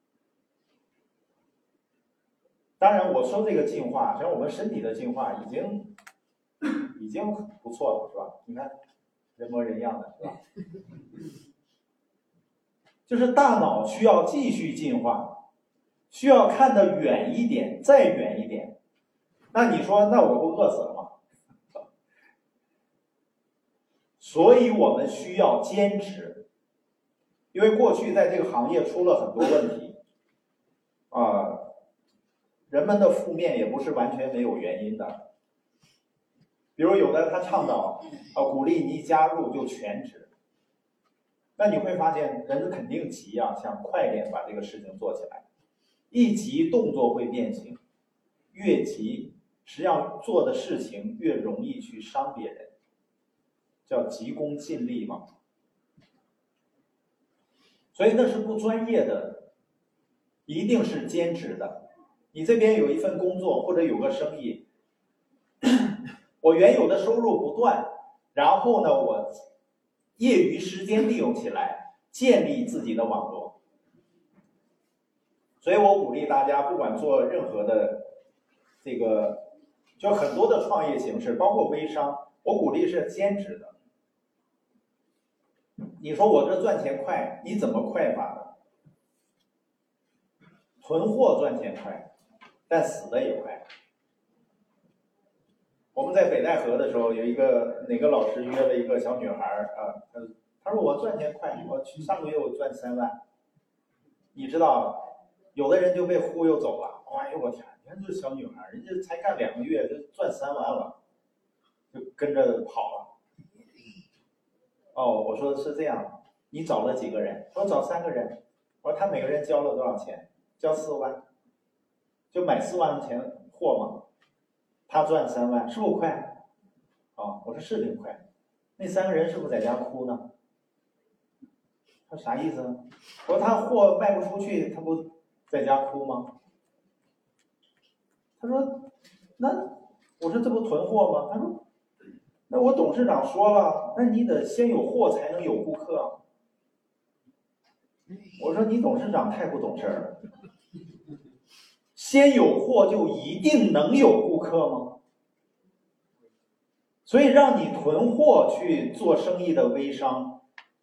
当然，我说这个进化，实际上我们身体的进化已经已经不错了，是吧？你看，人模人样的，是吧？就是大脑需要继续进化，需要看得远一点，再远一点。那你说，那我不饿死了吗？所以我们需要坚持，因为过去在这个行业出了很多问题，啊。人们的负面也不是完全没有原因的，比如有的他倡导啊，鼓励你一加入就全职， 那你会发现人肯定急啊，想快点把这个事情做起来。一急动作会变形，越急实际上做的事情越容易去伤别人，叫急功近利嘛。所以那是不专业的，一定是兼职的。你这边有一份工作或者有个生意，我原有的收入不断，然后呢，我业余时间利用起来，建立自己的网络。所以我鼓励大家，不管做任何的这个，就很多的创业形式，包括微商，我鼓励是兼职的。你说我这赚钱快，你怎么快法呢？囤货赚钱快，但死的也快。我们在北戴河的时候，有一个哪个老师约了一个小女孩啊，他他说我赚钱快，我去上个月我赚三万。你知道，有的人就被忽悠走了。哎呦我天，你看这小女孩，人家才干两个月就赚三万了，就跟着跑了。哦，我说是这样，你找了几个人？我找三个人。我说他每个人交了多少钱？交四万，就买四万块钱货嘛。他赚三万，是不是快？哦，我说是挺快。那三个人是不是在家哭呢？他啥意思呢？我说他货卖不出去，他不在家哭吗？他说，那我说这不囤货吗？他说，那我董事长说了，那你得先有货才能有顾客。我说你董事长太不懂事了，先有货就一定能有顾客吗？所以让你囤货去做生意的微商，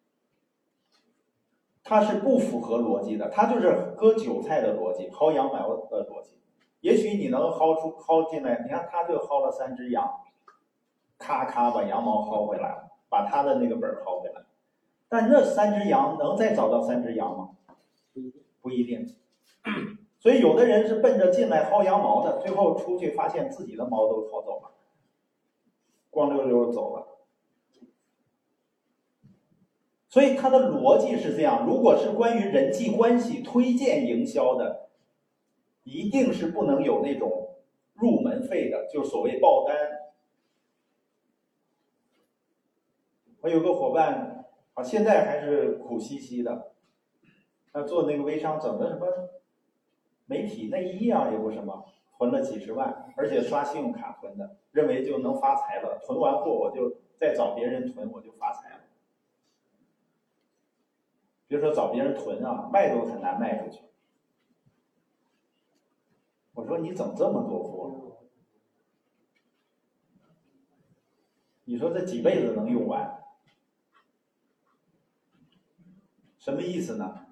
它是不符合逻辑的，它就是割韭菜的逻辑，薅羊毛的逻辑。也许你能薅出薅进来，你看他就薅了三只羊，咔咔把羊毛薅回来了，把他的那个本薅回来。但那三只羊能再找到三只羊吗？不一定。所以有的人是奔着进来薅羊毛的，最后出去发现自己的毛都薅走了，光溜溜走了。所以它的逻辑是这样，如果是关于人际关系推荐营销的，一定是不能有那种入门费的，就是所谓爆单。我有个伙伴啊，现在还是苦兮兮的，他做那个微商，整的什么媒体内衣啊，也不什么，囤了几十万，而且刷信用卡囤的，认为就能发财了，囤完货我就再找别人囤，我就发财了。别说找别人囤啊，卖都很难卖出去。我说你整这么多货，你说这几辈子能用完？什么意思呢？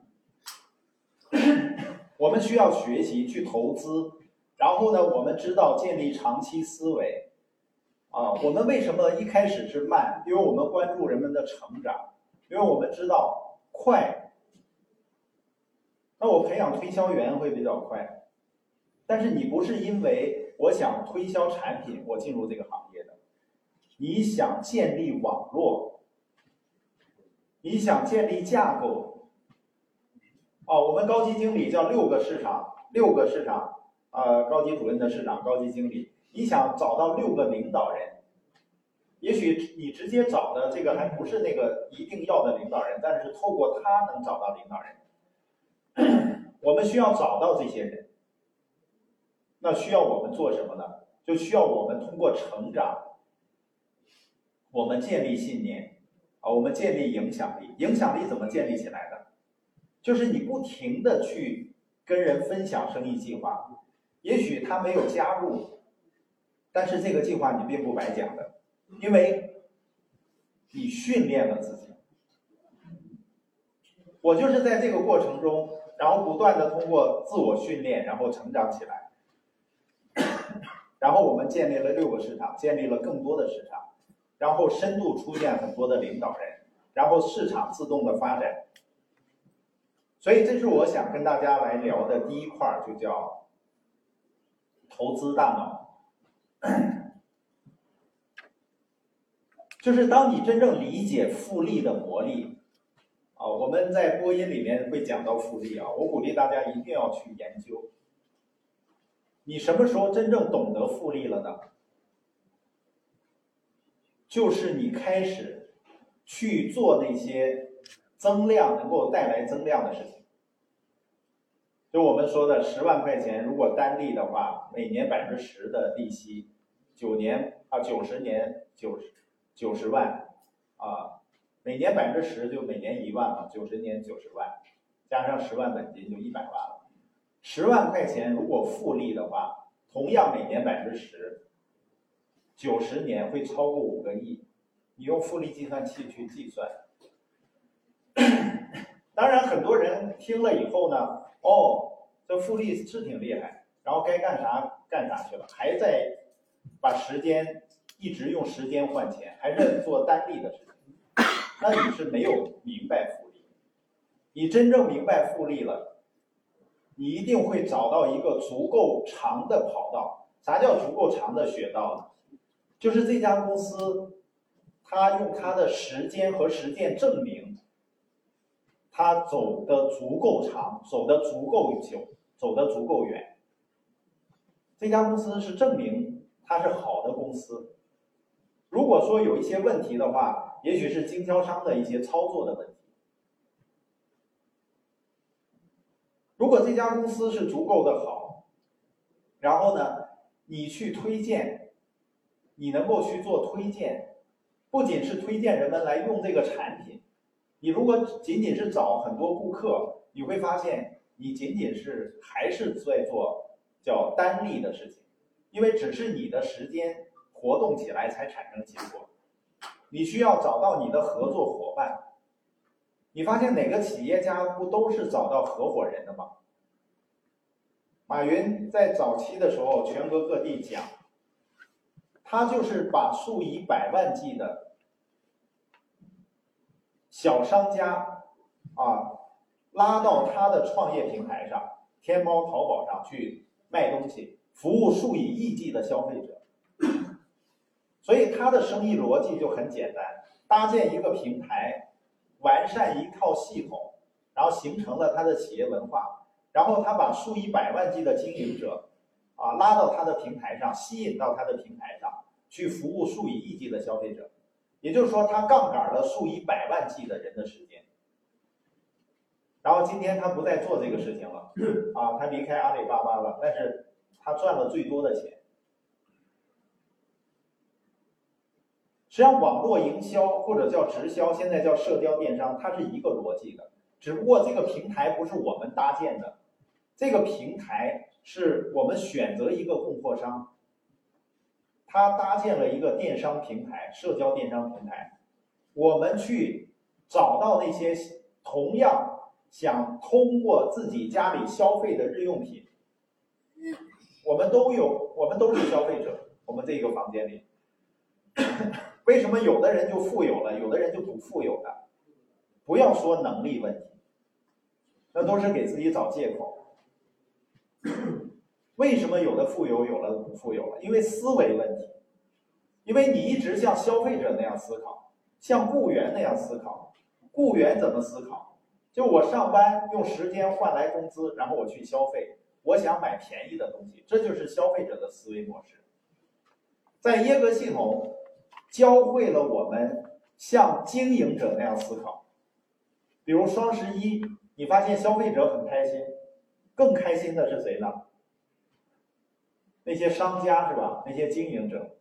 我们需要学习去投资，然后呢，我们知道建立长期思维。啊，我们为什么一开始是慢？因为我们关注人们的成长，因为我们知道快。那我培养推销员会比较快，但是你不是因为我想推销产品我进入这个行业的，你想建立网络，你想建立架构。哦，我们高级经理叫六个市场，六个市场，呃，高级主任的市长，高级经理，你想找到六个领导人，也许你直接找的这个还不是那个一定要的领导人，但是透过他能找到领导人。我们需要找到这些人，那需要我们做什么呢？就需要我们通过成长，我们建立信念，啊，我们建立影响力。影响力怎么建立起来的？就是你不停的去跟人分享生意计划，也许他没有加入，但是这个计划你并不白讲的，因为你训练了自己。我就是在这个过程中，然后不断的通过自我训练，然后成长起来，然后我们建立了六个市场，建立了更多的市场，然后深度出现很多的领导人，然后市场自动的发展。所以这是我想跟大家来聊的第一块，就叫投资大脑。就是当你真正理解复利的魔力啊，我们在播音里面会讲到复利啊，我鼓励大家一定要去研究。你什么时候真正懂得复利了呢？就是你开始去做那些增量能够带来增量的事情。就我们说的十万块钱，如果单利的话，每年百分之十的利息，九年啊九十年九十九十万啊，每年百分之十就每年一万嘛，九十年九十万，加上十万本金就一百万了。十万块钱如果复利的话，同样每年百分之十，九十年会超过五个亿。你用复利计算器去计算。当然，很多人听了以后呢，哦，这复利是挺厉害，然后该干啥干啥去了，还在把时间一直用时间换钱，还是做单利的事情。那你是没有明白复利。你真正明白复利了，你一定会找到一个足够长的跑道。啥叫足够长的雪道呢？就是这家公司，它用它的时间和实践证明，它走得足够长，走得足够久，走得足够远。这家公司是证明它是好的公司。如果说有一些问题的话，也许是经销商的一些操作的问题。如果这家公司是足够的好，然后呢，你去推荐，你能够去做推荐，不仅是推荐人们来用这个产品，你如果仅仅是找很多顾客，你会发现你仅仅是还是在做叫单利的事情，因为只是你的时间活动起来才产生结果。你需要找到你的合作伙伴。你发现哪个企业家不都是找到合伙人的吗？马云在早期的时候，全国各地讲，他就是把数以百万计的小商家啊拉到他的创业平台上，天猫、淘宝上去卖东西，服务数以亿计的消费者。所以他的生意逻辑就很简单，搭建一个平台，完善一套系统，然后形成了他的企业文化，然后他把数以百万计的经营者啊拉到他的平台上，吸引到他的平台上去服务数以亿计的消费者。也就是说，他杠杆了数以百万计的人的时间。然后今天他不再做这个事情了啊，他离开阿里巴巴了，但是他赚了最多的钱。实际上，网络营销或者叫直销，现在叫社交电商，它是一个逻辑的，只不过这个平台不是我们搭建的，这个平台是我们选择一个供货商，他搭建了一个电商平台，社交电商平台，我们去找到那些同样想通过自己家里消费的日用品，我们都有，我们都是消费者，我们这个房间里。为什么有的人就富有了，有的人就不富有的？不要说能力问题，那都是给自己找借口。为什么有的富有，有的不富有了？因为思维问题，因为你一直像消费者那样思考，像雇员那样思考。雇员怎么思考？就我上班用时间换来工资，然后我去消费，我想买便宜的东西，这就是消费者的思维模式。在耶格系统教会了我们像经营者那样思考。比如双十一，你发现消费者很开心，更开心的是谁呢？那些商家是吧？那些经营者。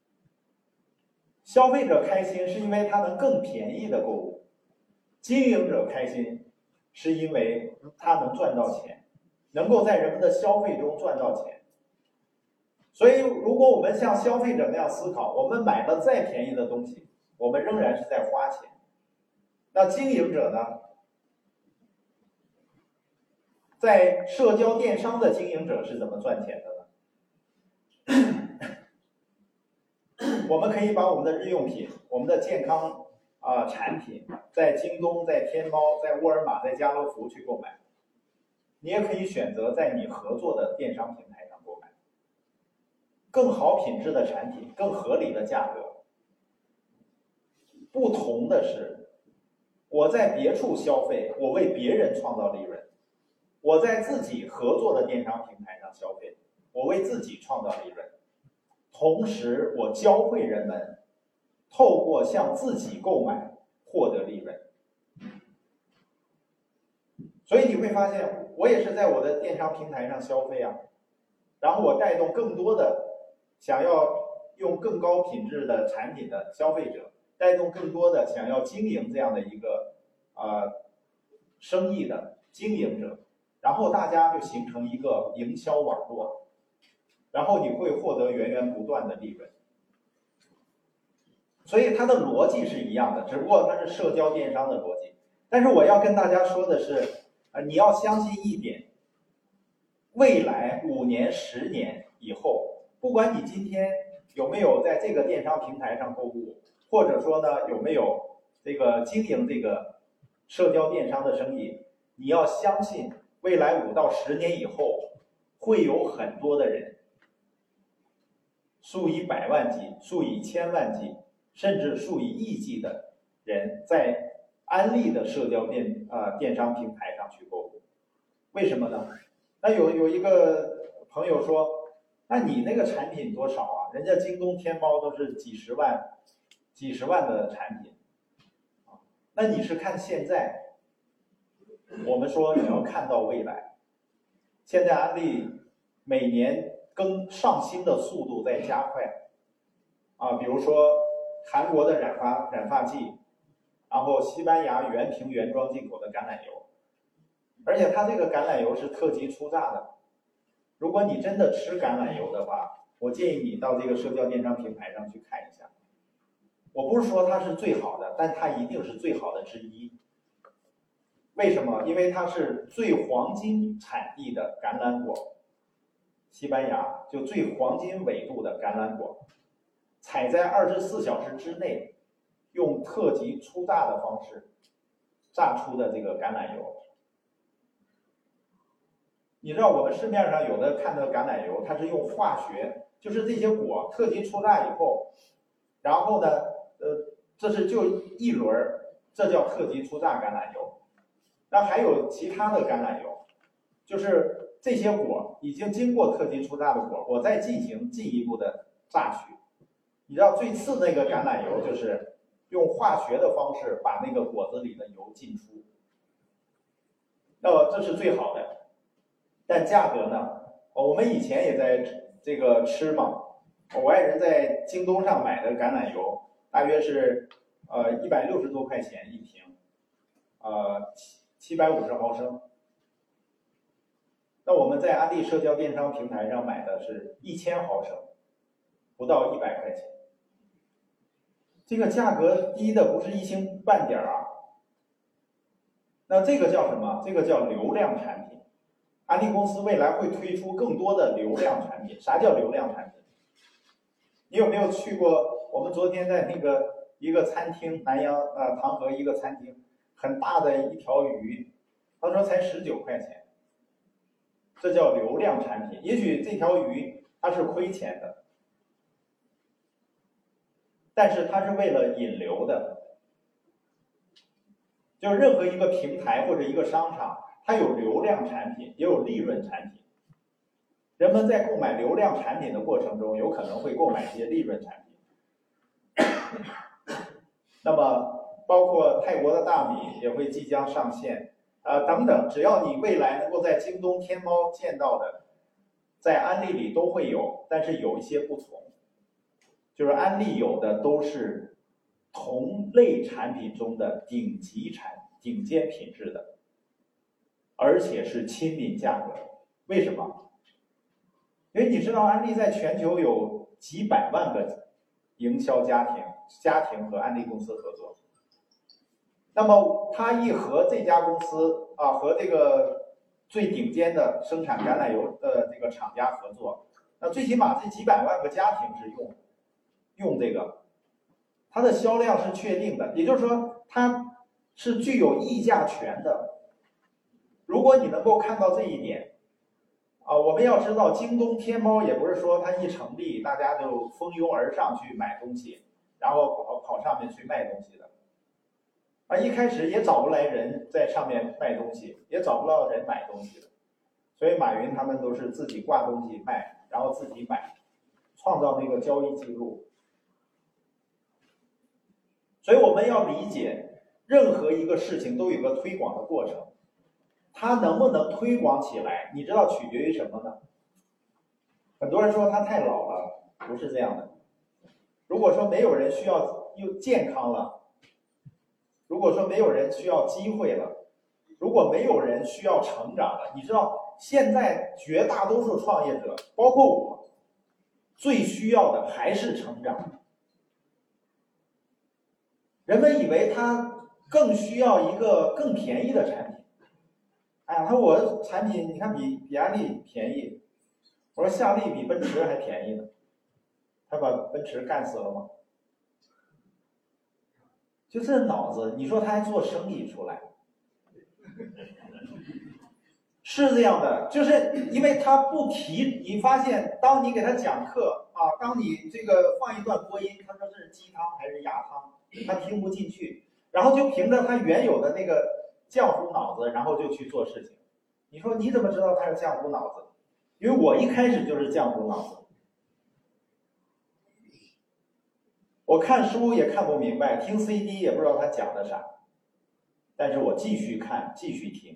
消费者开心是因为他能更便宜的购物，经营者开心是因为他能赚到钱，能够在人们的消费中赚到钱。所以如果我们像消费者那样思考，我们买了再便宜的东西，我们仍然是在花钱。那经营者呢？在社交电商的经营者是怎么赚钱的呢？我们可以把我们的日用品、我们的健康啊、呃、产品，在京东、在天猫、在沃尔玛、在家乐福去购买。你也可以选择在你合作的电商平台上购买，更好品质的产品，更合理的价格。不同的是， 我在别处消费，我为别人创造利润；我在自己合作的电商平台上消费，我为自己创造利润。同时，我教会人们透过向自己购买获得利润。所以你会发现，我也是在我的电商平台上消费啊，然后我带动更多的想要用更高品质的产品的消费者，带动更多的想要经营这样的一个呃生意的经营者，然后大家就形成一个营销网络，然后你会获得源源不断的利润。所以它的逻辑是一样的，只不过它是社交电商的逻辑。但是我要跟大家说的是，呃，你要相信一点，未来五年、十年以后，不管你今天有没有在这个电商平台上购物，或者说呢有没有这个经营这个社交电商的生意，你要相信，未来五到十年以后，会有很多的人，数以百万计、数以千万计，甚至数以亿计的人在安利的社交电呃电商平台上去购物。为什么呢？那有有一个朋友说，那你那个产品多少啊？人家京东、天猫都是几十万、几十万的产品，那你是看现在？我们说你要看到未来。现在安利每年更上新的速度在加快，啊，比如说韩国的染发染发剂，然后西班牙原瓶原装进口的橄榄油，而且它这个橄榄油是特级初榨的。如果你真的吃橄榄油的话，我建议你到这个社交电商平台上去看一下。我不是说它是最好的，但它一定是最好的之一。为什么？因为它是最黄金产地的橄榄果，西班牙就最黄金纬度的橄榄果，采在二十四小时之内，用特级初榨的方式榨出的这个橄榄油。你知道我们市面上有的看的橄榄油，它是用化学，就是这些果特级初榨以后，然后呢，呃，这是就一轮，这叫特级初榨橄榄油。那还有其他的橄榄油，就是这些果已经经过特级初榨的果，我再进行进一步的榨取。你知道最次那个橄榄油就是用化学的方式把那个果子里的油浸出，那么这是最好的。但价格呢？我们以前也在这个吃嘛，我爱人在京东上买的橄榄油大约是呃一百六十多块钱一瓶，呃七百五十毫升。那我们在安利社交电商平台上买的是一千毫升，不到一百块钱。这个价格低的不是一星半点啊。那这个叫什么？这个叫流量产品。安利公司未来会推出更多的流量产品。啥叫流量产品？你有没有去过？我们昨天在那个一个餐厅，南阳呃唐河一个餐厅，很大的一条鱼，他说才十九块钱，这叫流量产品。也许这条鱼它是亏钱的，但是它是为了引流的。就是任何一个平台或者一个商场，它有流量产品，也有利润产品。人们在购买流量产品的过程中，有可能会购买一些利润产品。那么，包括泰国的大米也会即将上线，呃，等等。只要你未来能够在京东、天猫见到的，在安利里都会有，但是有一些不同。就是安利有的都是同类产品中的顶级产、顶尖品质的，而且是亲民价格。为什么？因为你知道安利在全球有几百万个营销家庭，家庭和安利公司合作。那么他一和这家公司啊，和这个最顶尖的生产橄榄油的这个厂家合作，那最起码这几百万个家庭是用用这个，它的销量是确定的，也就是说它是具有议价权的。如果你能够看到这一点，啊，我们要知道京东、天猫也不是说它一成立大家就蜂拥而上去买东西，然后跑跑上面去卖东西的。 啊，一开始也找不来人在上面卖东西，也找不到人买东西的，所以马云他们都是自己挂东西卖，然后自己买，创造那个交易记录。所以我们要理解，任何一个事情都有个推广的过程，它能不能推广起来，你知道取决于什么呢？很多人说它太老了，不是这样的。如果说没有人需要又健康了，如果说没有人需要机会了，如果没有人需要成长了，你知道现在绝大多数创业者，包括我，最需要的还是成长。人们以为他更需要一个更便宜的产品。哎呀，他说我的产品你看比比亚迪便宜，我说夏利比奔驰还便宜呢，他把奔驰干死了吗？就这脑子，你说他还做生意出来？是这样的，就是因为他不提，你发现当你给他讲课啊，当你这个放一段播音，他说这是鸡汤还是鸭汤，他听不进去，然后就凭着他原有的那个浆糊脑子，然后就去做事情。你说你怎么知道他是浆糊脑子？因为我一开始就是浆糊脑子，我看书也看不明白，听 C D 也不知道他讲的啥，但是我继续看，继续听。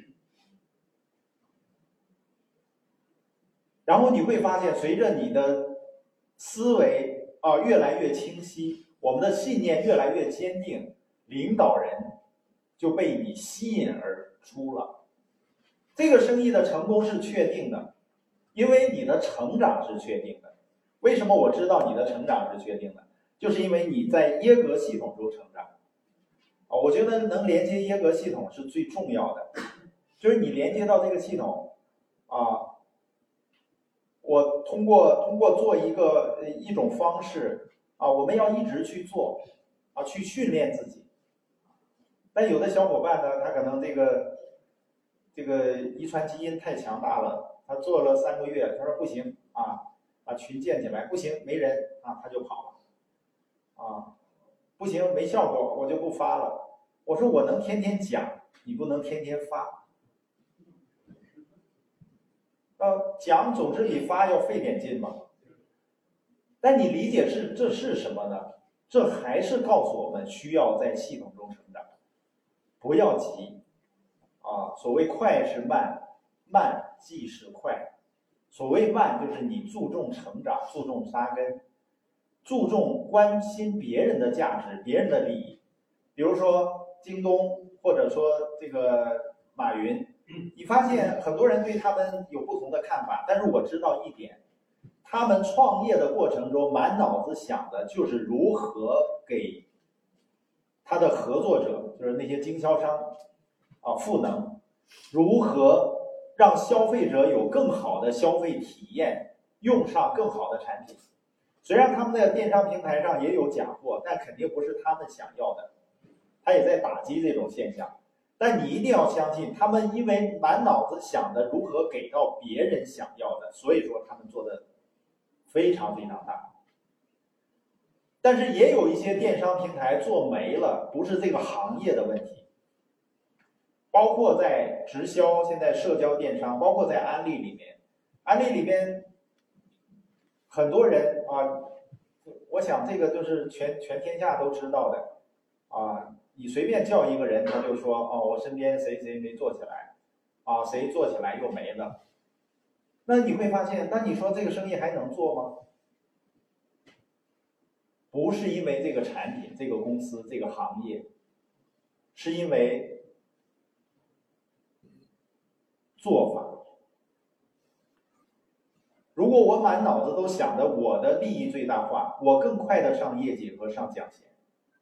然后你会发现，随着你的思维啊越来越清晰，我们的信念越来越坚定，领导人就被你吸引而出了。这个生意的成功是确定的，因为你的成长是确定的。为什么我知道你的成长是确定的？就是因为你在耶格系统中成长。啊，我觉得能连接耶格系统是最重要的，就是你连接到这个系统啊。我通过通过做一个一种方式啊，我们要一直去做啊，去训练自己。但有的小伙伴呢，他可能这个这个遗传基因太强大了，他做了三个月，他说不行啊，把群建起来，不行没人啊，他就跑了啊，不行没效果，我就不发了。我说我能天天讲，你不能天天发。呃，讲总是比发要费点劲嘛。但你理解是这是什么呢？这还是告诉我们需要在系统中成长，不要急啊。所谓快是慢，慢即是快。所谓慢，就是你注重成长，注重扎根，注重关心别人的价值、别人的利益。比如说京东，或者说这个马云。你发现很多人对他们有不同的看法，但是我知道一点，他们创业的过程中满脑子想的就是如何给他的合作者，就是那些经销商啊赋能，如何让消费者有更好的消费体验，用上更好的产品。虽然他们在电商平台上也有假货，但肯定不是他们想要的，他也在打击这种现象。但你一定要相信，他们因为满脑子想的如何给到别人想要的，所以说他们做的非常非常大。但是也有一些电商平台做没了，不是这个行业的问题。包括在直销，现在社交电商，包括在安利里面，安利里面很多人啊，我想这个就是全全天下都知道的啊。你随便叫一个人，他就说哦，我身边谁谁没做起来，啊，谁做起来又没了。那你会发现，那你说这个生意还能做吗？不是因为这个产品、这个公司、这个行业，是因为做法。如果我满脑子都想着我的利益最大化，我更快的上业绩和上奖钱。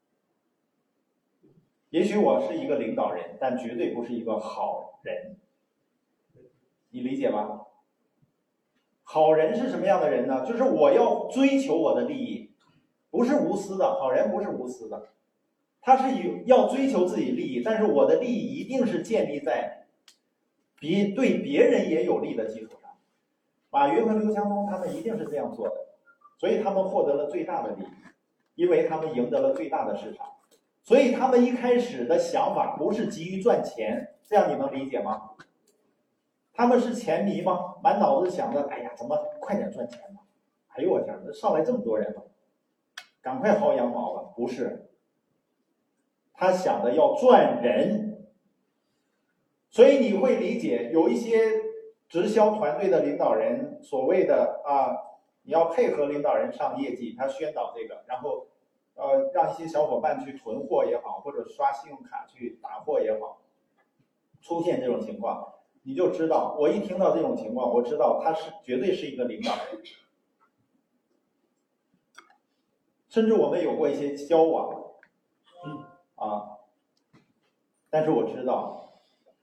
也许我是一个领导人，但绝对不是一个好人，你理解吗？好人是什么样的人呢？就是我要追求我的利益，不是无私的。好人不是无私的，他是有要追求自己利益，但是我的利益一定是建立在别对别人也有利的基础上。马云和刘强东他们一定是这样做的，所以他们获得了最大的利益，因为他们赢得了最大的市场。 所以他们一开始的想法不是急于赚钱，这样你能理解吗？他们是钱迷吗？满脑子想着，哎呀，怎么快点赚钱吧？哎呦我天，这上来这么多人了，赶快薅羊毛吧？不是，他想的要赚人。所以你会理解，有一些直销团队的领导人，所谓的啊，你要配合领导人上业绩，他宣导这个，然后呃，让一些小伙伴去囤货也好，或者刷信用卡去打货也好，出现这种情况。你就知道，我一听到这种情况，我知道他是绝对是一个领导人，甚至我们有过一些交往，嗯啊，但是我知道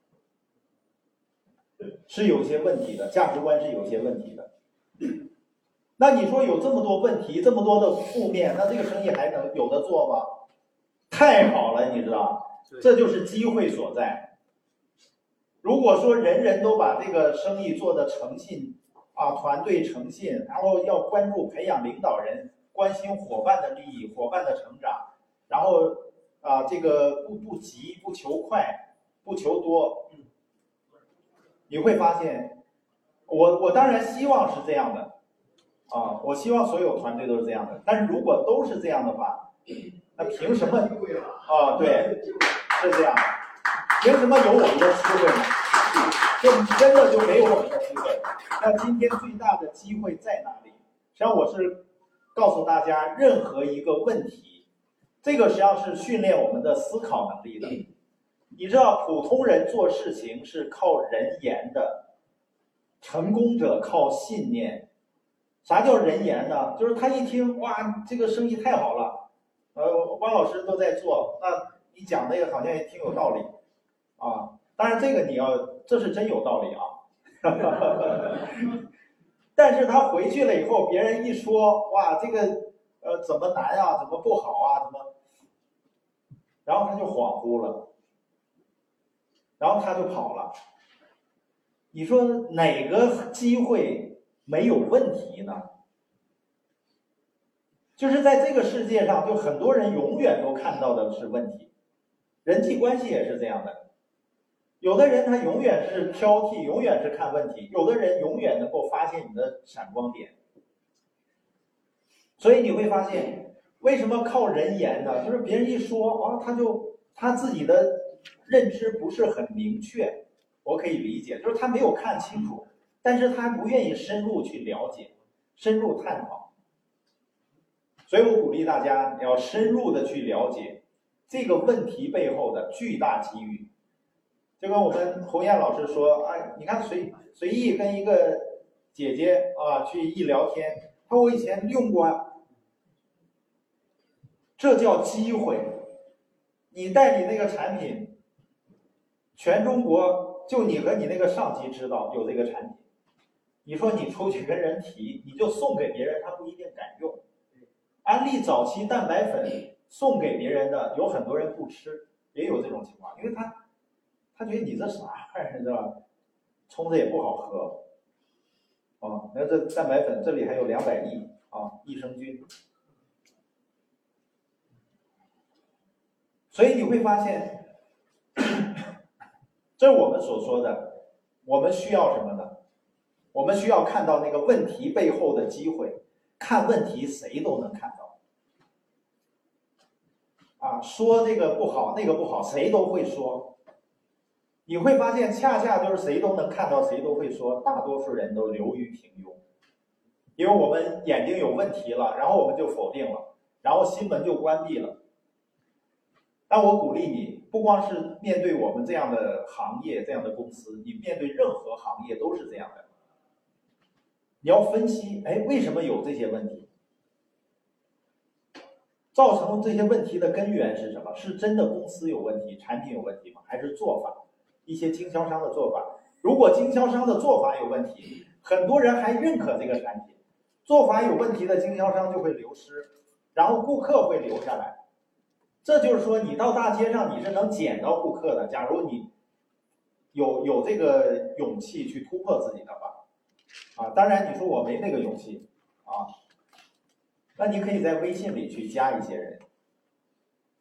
是有些问题的，价值观是有些问题的。那你说有这么多问题，这么多的负面，那这个生意还能有得做吗？太好了，你知道，这就是机会所在。如果说人人都把这个生意做得诚信啊，团队诚信，然后要关注培养领导人，关心伙伴的利益、伙伴的成长，然后啊，这个不不急、不求快、不求多，你会发现，我我当然希望是这样的啊，我希望所有团队都是这样的。但是如果都是这样的话，那凭什么啊？对，是这样的。凭什么有我们的机会呢？就真的就没有我们的机会。那今天最大的机会在哪里？实际上我是告诉大家，任何一个问题，这个实际上是训练我们的思考能力的。你知道，普通人做事情是靠人言的，成功者靠信念。啥叫人言呢？就是他一听，哇，这个生意太好了，呃，汪老师都在做，那你讲那个好像也挺有道理。啊，当然这个你要，这是真有道理啊。但是他回去了以后，别人一说，哇，这个呃怎么难啊，怎么不好啊，怎么，然后他就恍惚了，然后他就跑了。你说哪个机会没有问题呢？就是在这个世界上，就很多人永远都看到的是问题，人际关系也是这样的。有的人他永远是挑剔，永远是看问题；有的人永远能够发现你的闪光点。所以你会发现，为什么靠人言呢？就是别人一说啊，他就他自己的认知不是很明确，我可以理解，就是他没有看清楚，但是他不愿意深入去了解，深入探讨。所以我鼓励大家要深入的去了解这个问题背后的巨大机遇。就跟我们侯艳老师说，哎，你看随随意跟一个姐姐啊去一聊天，她说我以前用过，这叫机会。你代理那个产品，全中国就你和你那个上级知道有这个产品，你说你出去跟人提，你就送给别人，他不一定敢用。安利早期蛋白粉送给别人的，有很多人不吃，也有这种情况，因为他。他觉得你这啥玩意儿是吧？冲着也不好喝，啊，那这蛋白粉这里还有两百亿啊，益生菌。所以你会发现，这是我们所说的，我们需要什么呢？我们需要看到那个问题背后的机会。看问题谁都能看到，啊，说这个不好那个不好，谁都会说。你会发现，恰恰就是谁都能看到，谁都会说，大多数人都流于平庸，因为我们眼睛有问题了，然后我们就否定了，然后心门就关闭了。但我鼓励你，不光是面对我们这样的行业、这样的公司，你面对任何行业都是这样的。你要分析，哎，为什么有这些问题？造成这些问题的根源是什么？是真的公司有问题、产品有问题吗？还是做法？一些经销商的做法，如果经销商的做法有问题，很多人还认可这个产品，做法有问题的经销商就会流失，然后顾客会留下来。这就是说，你到大街上你是能捡到顾客的。假如你有有这个勇气去突破自己的话，啊，当然你说我没那个勇气啊，那你可以在微信里去加一些人，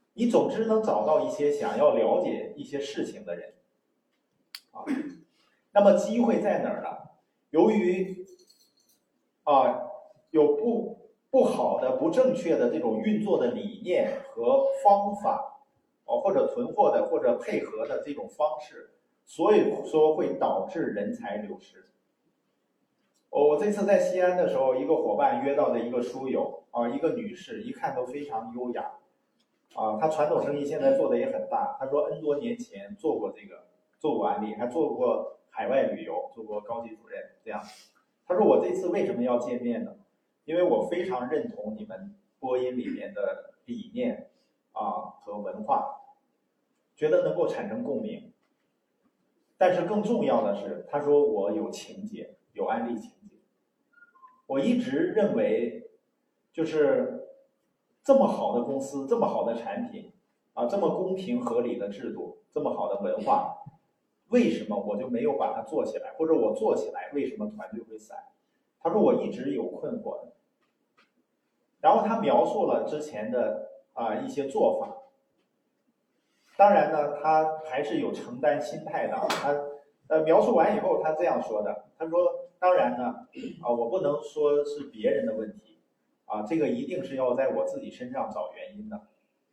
你总之能找到一些想要了解一些事情的人啊。那么机会在哪儿呢？由于啊有不不好的、不正确的这种运作的理念和方法，哦，或者囤货的或者配合的这种方式，所以说会导致人才流失。我这次在西安的时候，一个伙伴约到的一个书友啊，一个女士，一看都非常优雅，啊，她传统生意现在做的也很大。她说 N 多年前做过这个，做过安利，还做过海外旅游，做过高级主任这样。她说我这次为什么要见面呢？因为我非常认同你们播音里面的理念啊和文化，觉得能够产生共鸣。但是更重要的是，她说我有情节，有安利情节。我一直认为，就是这么好的公司，这么好的产品，啊，这么公平合理的制度，这么好的文化，为什么我就没有把它做起来？或者我做起来，为什么团队会散？他说我一直有困惑的。然后他描述了之前的啊一些做法。当然呢，他还是有承担心态的。他呃描述完以后，他这样说的，他说。当然呢，啊，我不能说是别人的问题，啊，这个一定是要在我自己身上找原因的。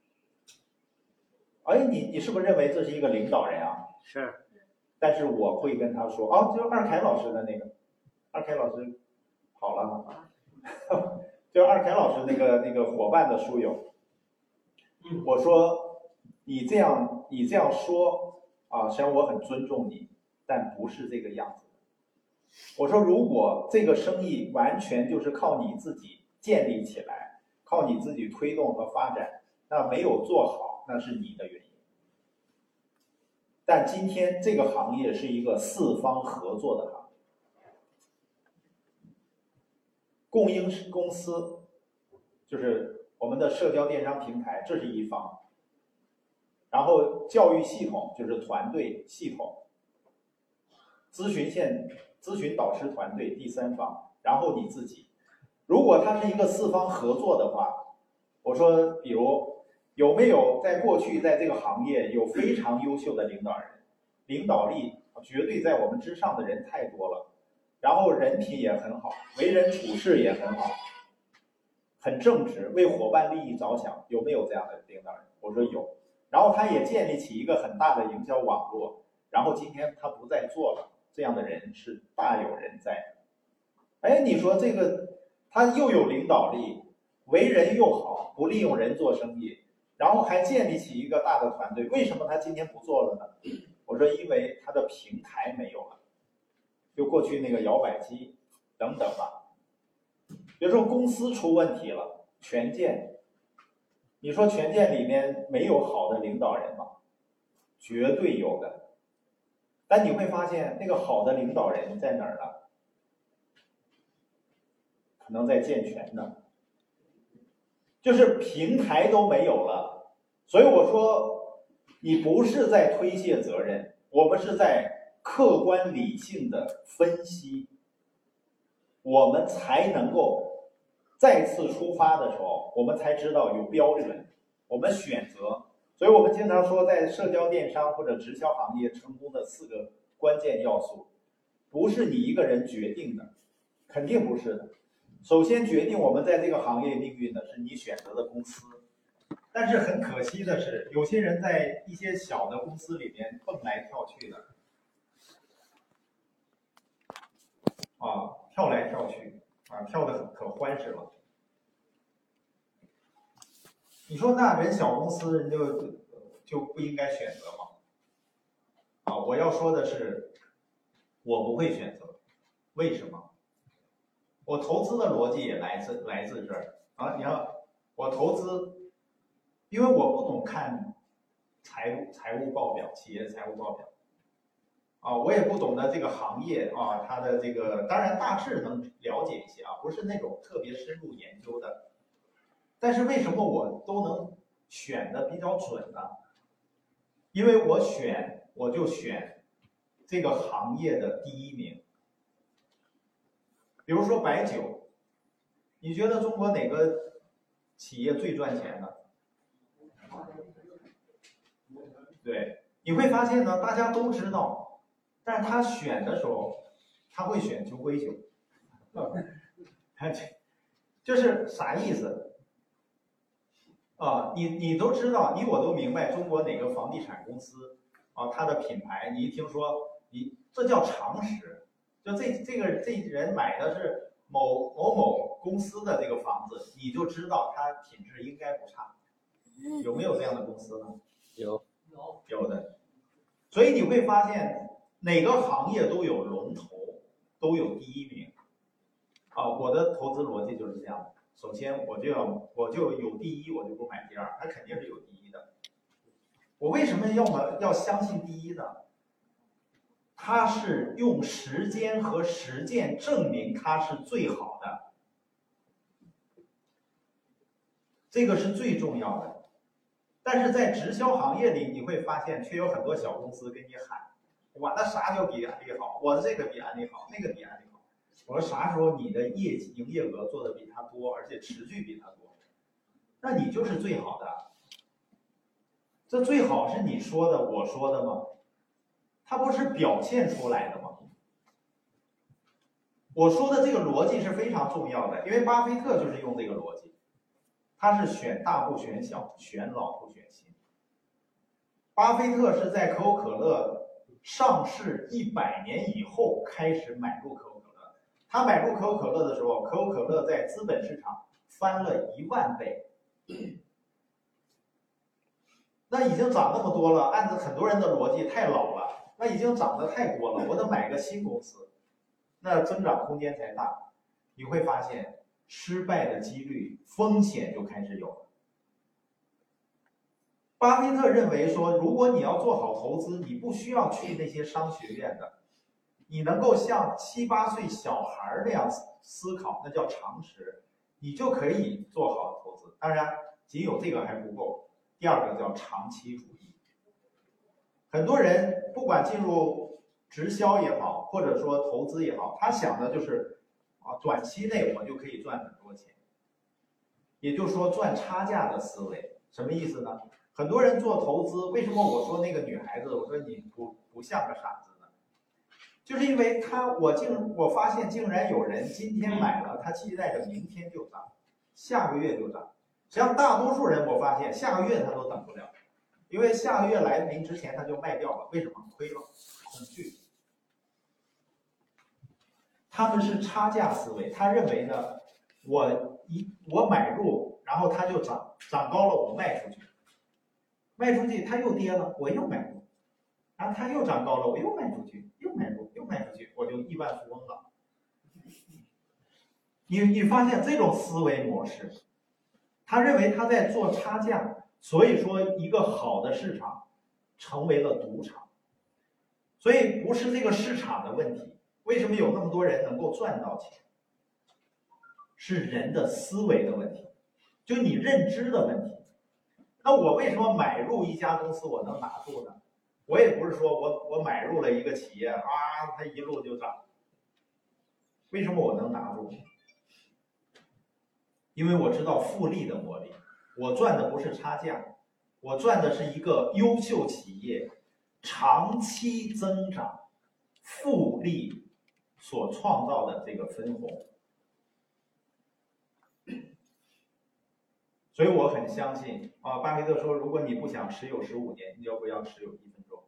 哎，你你是不是认为这是一个领导人啊？ 是。 但是我会跟他说，哦，就是二凯老师的那个，二凯老师好了，就是二凯老师那个那个伙伴的书友，我说你这样你这样说啊，虽然我很尊重你，但不是这个样子。我说，如果这个生意完全就是靠你自己建立起来，靠你自己推动和发展，那没有做好，那是你的原因。但今天这个行业是一个四方合作的行业，供应公司就是我们的社交电商平台，这是一方，然后教育系统就是团队系统，咨询线。咨询导师团队第三方，然后你自己。如果它是一个四方合作的话，我说，比如有没有在过去在这个行业有非常优秀的领导人，领导力绝对在我们之上的人太多了，然后人品也很好，为人处事也很好，很正直，为伙伴利益着想，有没有这样的领导人？我说有。然后他也建立起一个很大的营销网络，然后今天他不再做了。这样的人是大有人在。哎，你说这个他又有领导力，为人又好，不利用人做生意，然后还建立起一个大的团队，为什么他今天不做了呢？我说因为他的平台没有了，就过去那个摇摆机等等吧。比如说公司出问题了，权健，你说权健里面没有好的领导人吗？绝对有的。但你会发现，那个好的领导人在哪儿呢？可能在健全呢，就是平台都没有了。所以我说，你不是在推卸责任，我们是在客观理性的分析，我们才能够再次出发的时候，我们才知道有标准，我们选择。所以我们经常说，在社交电商或者直销行业成功的四个关键要素，不是你一个人决定的，肯定不是的。首先决定我们在这个行业命运的是你选择的公司。但是很可惜的是，有些人在一些小的公司里面蹦来跳去的，啊，跳来跳去，啊，跳得可欢实了。你说那人小公司人就就不应该选择吗？啊，我要说的是，我不会选择，为什么？我投资的逻辑也来自来自这儿啊！你看，我投资，因为我不懂看财务财务报表，企业财务报表，啊，我也不懂得这个行业啊，它的这个当然大致能了解一些啊，不是那种特别深入研究的。但是为什么我都能选的比较准呢？因为我选我就选这个行业的第一名。比如说白酒，你觉得中国哪个企业最赚钱呢？ 对，你会发现呢，大家都知道，但是他选的时候，他会选九归九，就是啥意思？啊，你你都知道，你我都明白，中国哪个房地产公司啊，它的品牌，你一听说，你这叫常识，就这这个这人买的是某某某公司的这个房子，你就知道它品质应该不差。有没有这样的公司呢？ 有， 有有的。所以你会发现，哪个行业都有龙头，都有第一名。啊，我的投资逻辑就是这样的。首先，我就要我就有第一，我就不买第二，它肯定是有第一的。我为什么要么要相信第一呢？它是用时间和实践证明它是最好的，这个是最重要的。但是在直销行业里，你会发现，却有很多小公司跟你喊：“哇，那啥叫比安利好？我这个比安利好，那个比安利好。”我说啥时候你的业绩营业额做的比他多，而且持续比他多，那你就是最好的。这最好是你说的，我说的吗？它不是表现出来的吗？我说的这个逻辑是非常重要的，因为巴菲特就是用这个逻辑，他是选大不选小，选老不选新。巴菲特是在可口可乐上市一百年以后开始买入可口可乐。他买入可口可乐的时候，可口可乐在资本市场翻了一万倍，那已经涨那么多了，按照很多人的逻辑太老了，那已经涨得太多了，我得买个新公司，那增长空间才大。你会发现失败的几率、风险就开始有了。巴菲特认为说，如果你要做好投资，你不需要去那些商学院的。你能够像七八岁小孩那样思考，那叫常识，你就可以做好投资。当然，仅有这个还不够。第二个叫长期主义。很多人不管进入直销也好，或者说投资也好，他想的就是啊，短期内我就可以赚很多钱。也就是说，赚差价的思维，什么意思呢？很多人做投资，为什么我说那个女孩子，我说你不不像个傻子？就是因为他，我竟我发现竟然有人今天买了，他期待着明天就涨，下个月就涨。实际上，大多数人我发现下个月他都等不了，因为下个月来临之前他就卖掉了。为什么？亏了，恐惧。他们是差价思维，他认为呢，我一我买入，然后它就涨，涨高了我卖出去，卖出去它又跌了，我又买入。然后它又涨高了，我又卖出去，又买入，又卖出去，我就亿万富翁了。你你发现这种思维模式，他认为他在做差价，所以说一个好的市场成为了赌场。所以不是这个市场的问题，为什么有那么多人能够赚到钱？是人的思维的问题，就你认知的问题。那我为什么买入一家公司我能拿住呢？我也不是说我我买入了一个企业啊，它一路就涨。为什么我能拿住？因为我知道复利的魔力，我赚的不是差价，我赚的是一个优秀企业长期增长、复利所创造的这个分红。所以我很相信啊，巴菲特说，如果你不想持有十五年，你就不要持有一分钟。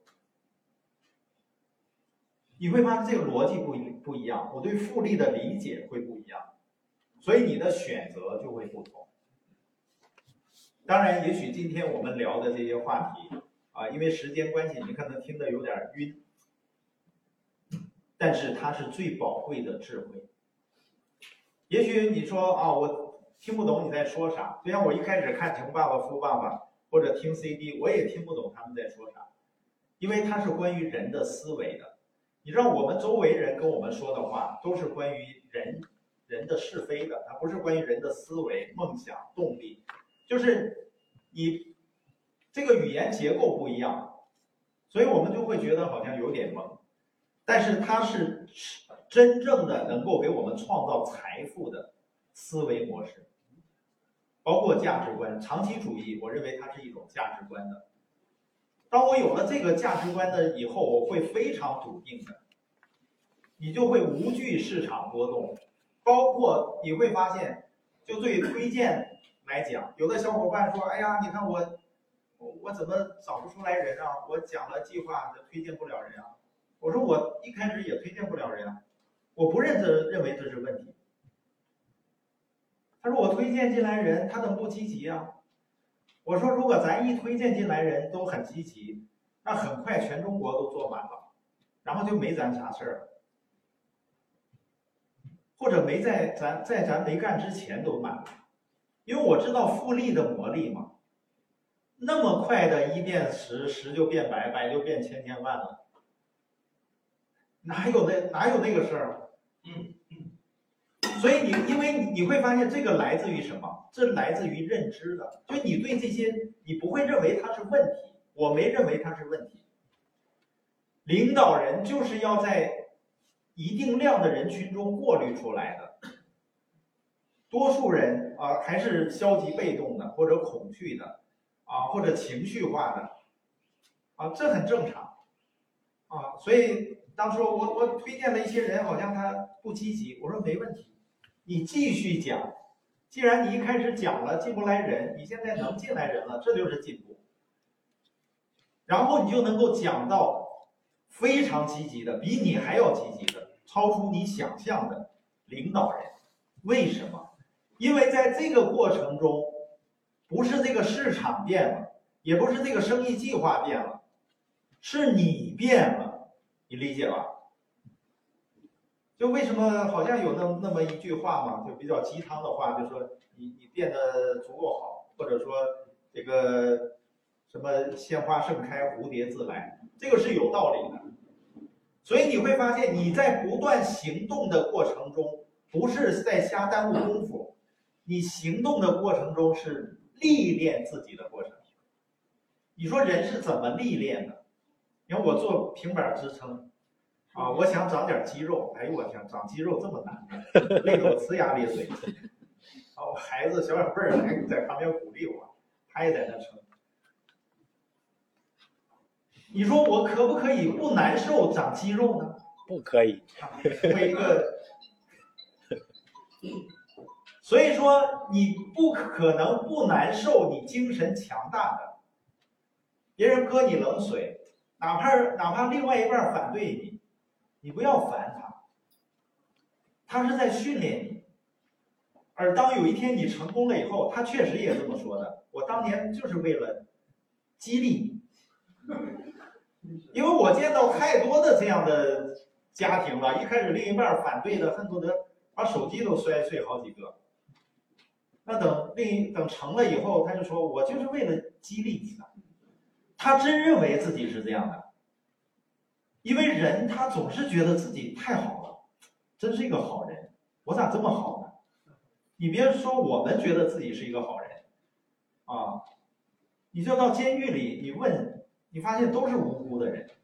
你会发现这个逻辑不一不一样，我对复利的理解会不一样，所以你的选择就会不同。当然，也许今天我们聊的这些话题啊，因为时间关系，你可能听得有点晕，但是它是最宝贵的智慧。也许你说啊，我听不懂你在说啥，就像我一开始看《穷爸爸富爸爸》或者听 C D， 我也听不懂他们在说啥，因为它是关于人的思维的。你知道我们周围人跟我们说的话都是关于人人的是非的，它不是关于人的思维、梦想、动力，就是你这个语言结构不一样，所以我们就会觉得好像有点懵。但是它是真正的能够给我们创造财富的思维模式， 包括价值观。长期主义，我认为它是一种价值观的。当我有了这个价值观的以后，我会非常笃定的，你就会无惧市场波动。包括你会发现，就对推荐来讲，有的小伙伴说：“哎呀，你看我，我我怎么找不出来人啊？我讲了计划，推荐不了人啊。”我说我一开始也推荐不了人啊，我不认这认为这是问题。他说我推荐进来人，他怎么不积极啊？我说如果咱一推荐进来人都很积极，那很快全中国都坐满了，然后就没咱啥事儿，或者没在咱在咱没干之前都满了，因为我知道复利的魔力嘛，那么快的一变十，十就变百，百就变千千万了，哪有那哪有那个事儿？嗯。所以你因为你会发现这个来自于什么？这来自于认知的，就你对这些你不会认为它是问题，我没认为它是问题。领导人就是要在一定量的人群中过滤出来的，多数人啊还是消极被动的，或者恐惧的，啊或者情绪化的，啊这很正常，啊所以当时我我推荐了一些人，好像他不积极，我说没问题。你继续讲，既然你一开始讲了进不来人，你现在能进来人了，这就是进步。然后你就能够讲到非常积极的，比你还要积极的，超出你想象的领导人。为什么？因为在这个过程中，不是这个市场变了，也不是这个生意计划变了，是你变了，你理解吧？就为什么好像有那那么一句话嘛，就比较鸡汤的话，就说你你变得足够好，或者说这个什么鲜花盛开，蝴蝶自来，这个是有道理的。所以你会发现你在不断行动的过程中，不是在瞎耽误功夫，你行动的过程中是历练自己的过程。你说人是怎么历练的？你看我做平板支撑。啊，我想长点肌肉，哎呦我天，长肌肉这么难，累得我呲牙咧嘴。啊，我孩子小小辈儿还在旁边鼓励我，他也在那撑。你说我可不可以不难受长肌肉呢？ 不可以。 为一个，所以说你不可能不难受，你精神强大的。别人泼你冷水，哪怕哪怕另外一半反对你。你不要烦他，他是在训练你。而当有一天你成功了以后，他确实也这么说的，我当年就是为了激励你。因为我见到太多的这样的家庭了，一开始另一半反对的恨不得把手机都摔碎好几个，那等另等成了以后，他就说我就是为了激励你的。他真认为自己是这样的。因为人他总是觉得自己太好了，真是一个好人，我咋这么好呢？你别说我们觉得自己是一个好人，啊，你就到监狱里，你问，你发现都是无辜的人。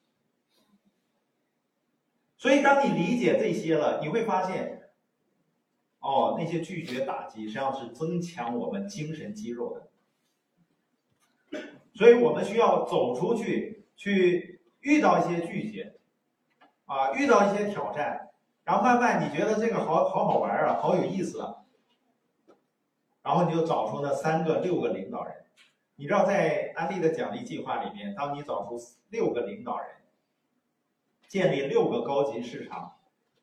所以当你理解这些了，你会发现，哦，那些拒绝打击实际上是增强我们精神肌肉的。所以我们需要走出去，去。遇到一些拒绝，啊，遇到一些挑战，然后慢慢你觉得这个好好好玩啊，好有意思啊，然后你就找出那三个、六个领导人。你知道，在安利的奖励计划里面，当你找出六个领导人，建立六个高级市场，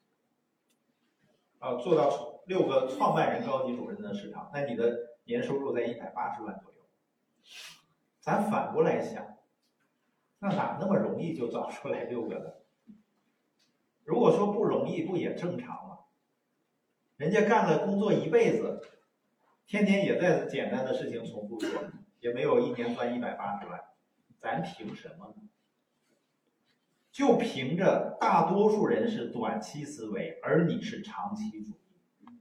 啊，做到六个创办人高级主任的市场，那你的年收入在一百八十万左右。咱反过来想。那哪那么容易就找出来六个的？如果说不容易，不也正常吗？人家干了工作一辈子，天天也在简单的事情重复做，也没有一年赚一百八十万，咱凭什么呢？就凭着大多数人是短期思维，而你是长期主义，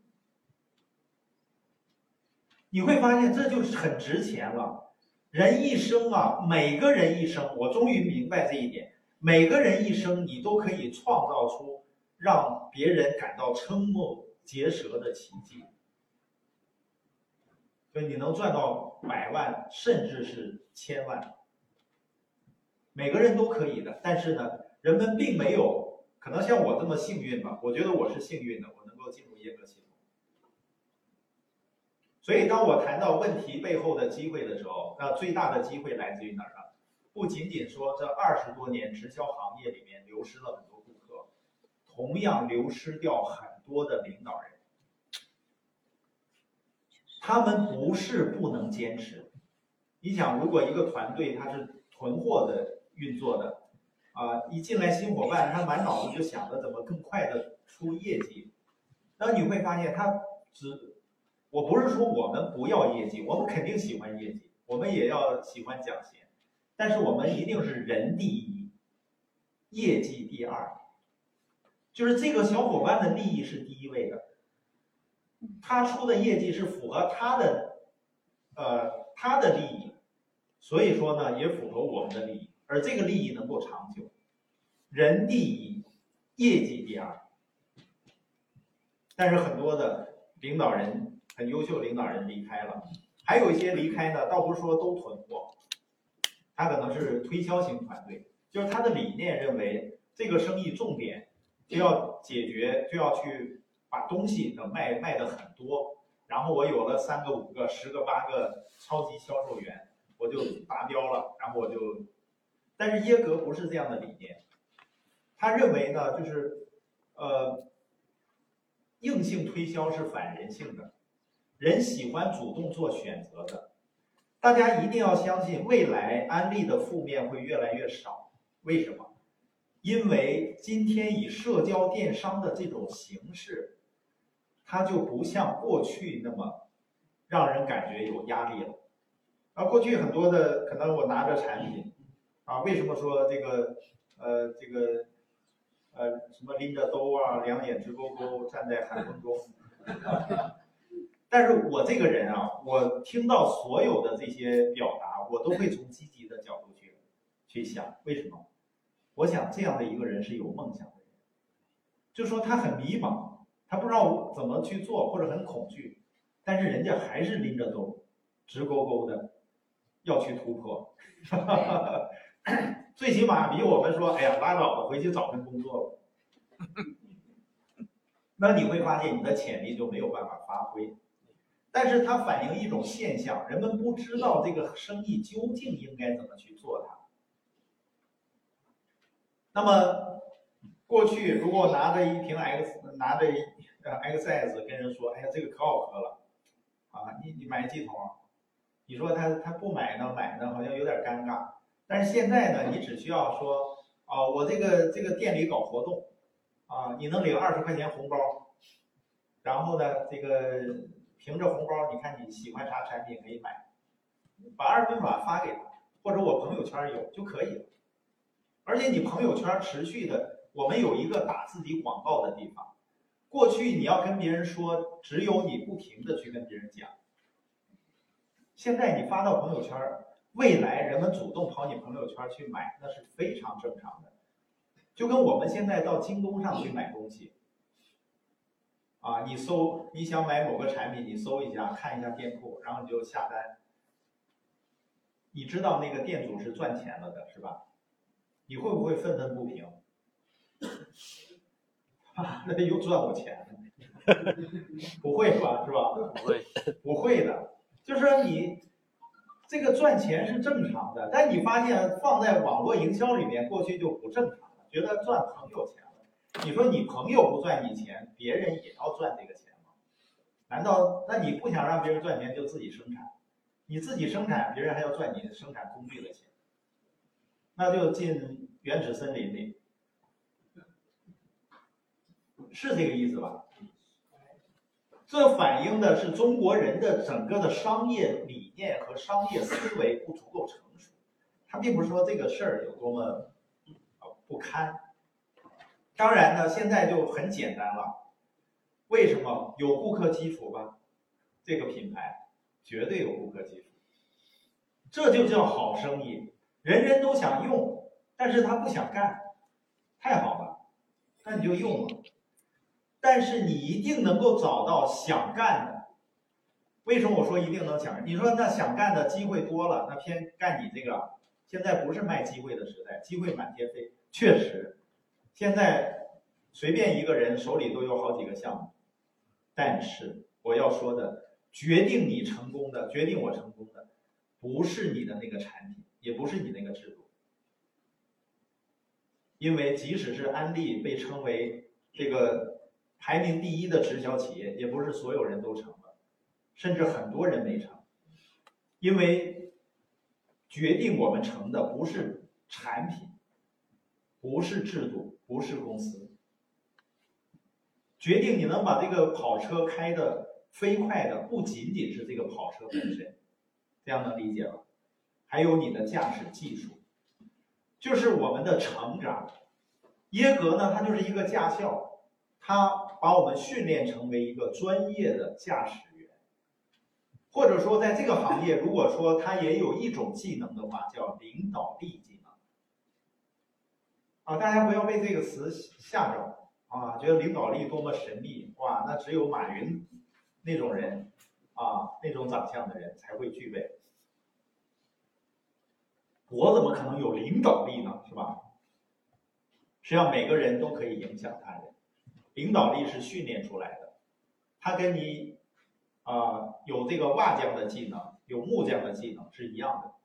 你会发现这就是很值钱了。人一生啊，每个人一生，我终于明白这一点。每个人一生，你都可以创造出让别人感到瞠目结舌的奇迹。 所以你能赚到百万，甚至是千万，每个人都可以的。但是呢，人们并没有可能像我这么幸运吧？我觉得我是幸运的，我能够进入耶格系统。所以当我谈到问题背后的机会的时候，那最大的机会来自于哪儿呢？不仅仅说这二十多年直销行业里面流失了很多顾客，同样流失掉很多的领导人。他们不是不能坚持。你想，如果一个团队它是囤货的运作的，啊，一进来新伙伴，他满脑子就想着怎么更快的出业绩，那你会发现他只，我不是说我们不要业绩，我们肯定喜欢业绩，我们也要喜欢奖钱，但是我们一定是人第一，业绩第二，就是这个小伙伴的利益是第一位的。他出的业绩是符合他的，呃，他的利益，所以说呢，也符合我们的利益，而这个利益能够长久。人第一，业绩第二。但是很多的领导人，很优秀领导人离开了，还有一些离开呢，倒不是说都囤货，他可能是推销型团队，就是他的理念认为这个生意重点就要解决，就要去把东西能卖卖的很多，然后我有了三个、五个、十个、八个超级销售员，我就达标了，然后我就，但是耶格不是这样的理念，他认为呢，就是呃，硬性推销是反人性的，人喜欢主动做选择的。大家一定要相信，未来安利的负面会越来越少。为什么？因为今天以社交电商的这种形式，它就不像过去那么让人感觉有压力了。啊，过去很多的可能我拿着产品，啊，为什么说这个呃这个呃什么拎着兜啊，两眼直勾勾站在寒风中，啊，但是我这个人啊，我听到所有的这些表达，我都会从积极的角度去去想，为什么？我想这样的一个人是有梦想的人，就说他很迷茫，他不知道怎么去做，或者很恐惧，但是人家还是拎着兜，直勾勾的要去突破，最起码比我们说，哎呀，拉倒吧，回去找份工作吧。那你会发现你的潜力就没有办法发挥。但是它反映一种现象，人们不知道这个生意究竟应该怎么去做它。那么过去如果拿着一瓶 X， 拿着呃 X S 跟人说，哎呀这个可好喝了，啊你你买几桶，你说他他不买呢买呢好像有点尴尬。但是现在呢，你只需要说，啊我这个这个店里搞活动，啊你能领二十块钱红包，然后呢这个。凭着红包，你看你喜欢啥产品可以买，把二维码发给他，或者我朋友圈有就可以了。而且你朋友圈持续的，我们有一个打自己广告的地方。过去你要跟别人说，只有你不停的去跟别人讲。现在你发到朋友圈，未来人们主动跑你朋友圈去买，那是非常正常的。就跟我们现在到京东上去买东西。啊，你搜你想买某个产品，你搜一下，看一下店铺，然后你就下单。你知道那个店主是赚钱了的，是吧？你会不会愤愤不平？啊，那又赚我钱了？不会吧，是吧？ 不会， 不会的。就是说你这个赚钱是正常的，但你发现放在网络营销里面，过去就不正常了，觉得赚朋友钱了。你说你朋友不赚你钱，别人也要赚这个钱吗？难道那你不想让别人赚钱就自己生产？你自己生产，别人还要赚你生产工具的钱，那就进原始森林里，是这个意思吧？这反映的是中国人的整个的商业理念和商业思维不足够成熟。他并不是说这个事儿有多么不堪。当然呢，现在就很简单了。为什么？有顾客基础吧？这个品牌绝对有顾客基础，这就叫好生意。人人都想用，但是他不想干，太好了，那你就用了。但是你一定能够找到想干的， 为什么我说一定能抢？你说那想干的机会多了，那偏干你这个。现在不是卖机会的时代，机会满天飞。确实，现在随便一个人手里都有好几个项目。但是我要说的，决定你成功的，决定我成功的，不是你的那个产品，也不是你那个制度。因为即使是安利被称为这个排名第一的直销企业，也不是所有人都成了，甚至很多人没成。因为决定我们成的不是产品，不是制度，不是公司，决定你能把这个跑车开得飞快的，不仅仅是这个跑车本身，这样能理解吗？还有你的驾驶技术，就是我们的成长。耶格呢，它就是一个驾校，它把我们训练成为一个专业的驾驶员，或者说在这个行业，如果说它也有一种技能的话，叫领导力技能。啊，大家不要被这个词吓着啊，觉得领导力多么神秘，哇，那只有马云那种人啊，那种长相的人才会具备。我怎么可能有领导力呢？是吧？实际上每个人都可以影响他人，领导力是训练出来的，它跟你啊、呃、有这个瓦匠的技能，有木匠的技能是一样的。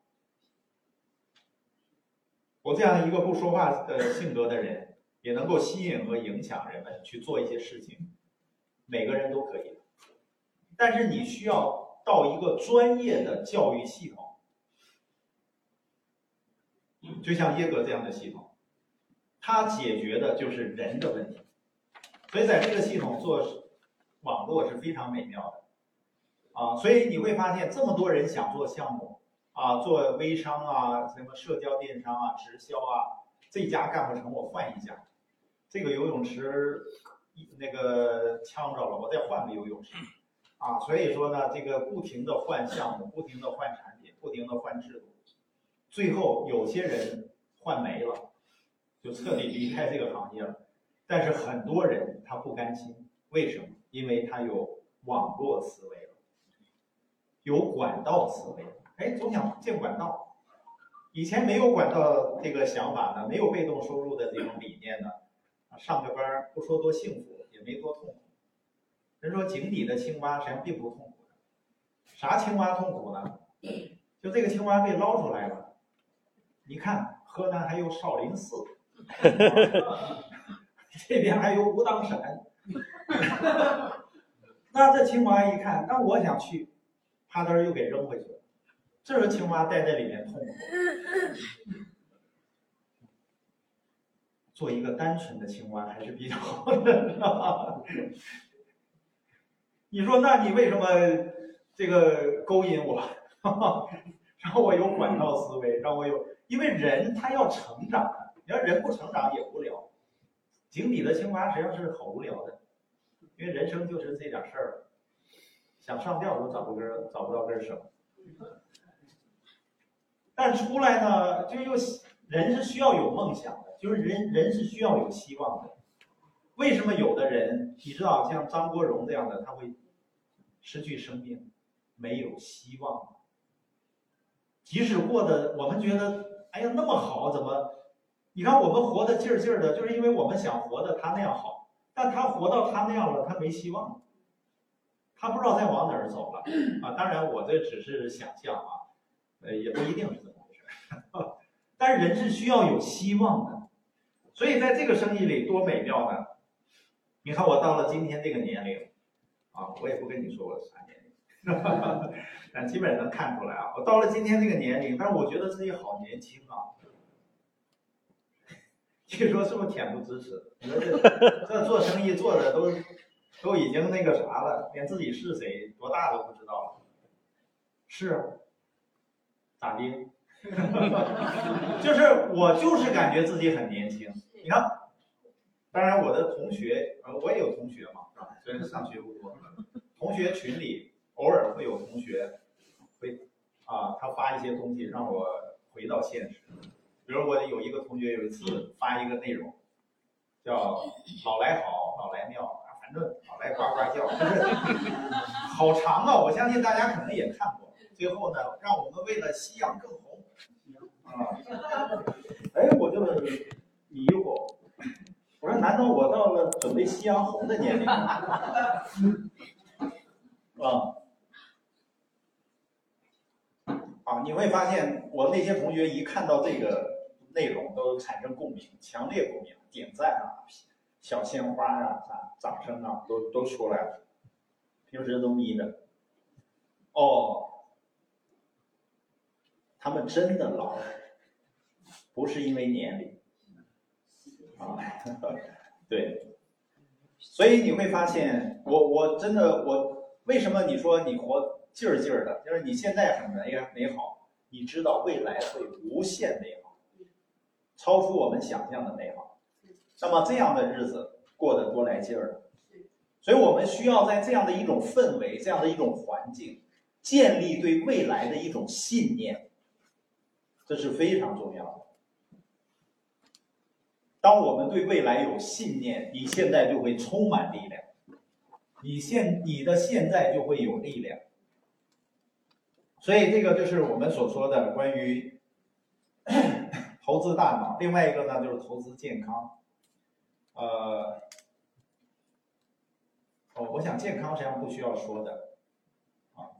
我这样一个不说话的性格的人，也能够吸引和影响人们去做一些事情，每个人都可以。但是你需要到一个专业的教育系统，就像耶格这样的系统，它解决的就是人的问题。所以在这个系统做网络是非常美妙的啊。所以你会发现这么多人想做项目啊，做微商啊，什么社交电商啊，直销啊，这家干不成我换一家，这个游泳池那个呛着了，我再换个游泳池啊。所以说呢，这个不停的换项目，不停的换产品，不停的换制度，最后有些人换没了，就彻底离开这个行业了。但是很多人他不甘心，为什么？因为他有网络思维了，有管道思维了，哎，总想建管道。以前没有管道这个想法呢，没有被动收入的这种理念呢，上个班不说多幸福，也没多痛苦。人说井底的青蛙实际上并不痛苦的，啥青蛙痛苦呢？就这个青蛙被捞出来了，你看河南还有少林寺。这边还有武当山，那这青蛙一看，那我想去，啪嗒又给扔回去了。这时候青蛙待在里面痛苦。做一个单纯的青蛙还是比较好的。你说，那你为什么这个勾引我，让我有管道思维，让我有？因为人他要成长的，你要人不成长也无聊。井底的青蛙实际上是很无聊的，因为人生就是这点事儿，想上吊都找不根，找不到根绳。但出来呢，就又人是需要有梦想的，就是人人是需要有希望的。为什么有的人，你知道，像张国荣这样的，他会失去生命，没有希望？即使过得我们觉得，哎呀那么好，怎么？你看我们活得劲儿劲儿的，就是因为我们想活得他那样好，但他活到他那样了，他没希望，他不知道再往哪儿走了啊！当然，我这只是想象啊，呃，也不一定是这么回事。但是人是需要有希望的，所以在这个生意里多美妙呢！你看我到了今天这个年龄啊，我也不跟你说我啥年龄，但基本能看出来啊，我到了今天这个年龄，但是我觉得自己好年轻啊。据说是不是恬不知耻？你说这这做生意做的都都已经那个啥了，连自己是谁多大都不知道了。是，咋的？就是我就是感觉自己很年轻。你看，当然我的同学，呃，我也有同学嘛，是吧？虽然上学不多，同学群里偶尔会有同学会啊，他发一些东西让我回到现实。比如我有一个同学有一次发一个内容，叫“老来好，老来妙”，反正老来呱呱叫，就是好长啊！我相信大家可能也看过。最后呢，让我们为了夕阳更红啊！哎，我就迷糊，我说难道我到了准备夕阳红的年龄啊？啊，你会发现我那些同学一看到这个内容都产生共鸣，强烈共鸣，点赞啊，小鲜花啊，掌声啊，都都出来了。平时都眯着。哦，他们真的老，不是因为年龄啊，对。所以你会发现，我我真的我为什么你说你活劲儿劲儿的，就是你现在很美美好，你知道未来会无限美好，超出我们想象的美好。那么这样的日子过得多来劲儿了。所以我们需要在这样的一种氛围、这样的一种环境，建立对未来的一种信念，这是非常重要的。当我们对未来有信念，你现在就会充满力量，你现你的现在就会有力量。所以这个就是我们所说的关于投资大脑。另外一个呢，就是投资健康。呃。哦，我想健康实际上不需要说的，啊，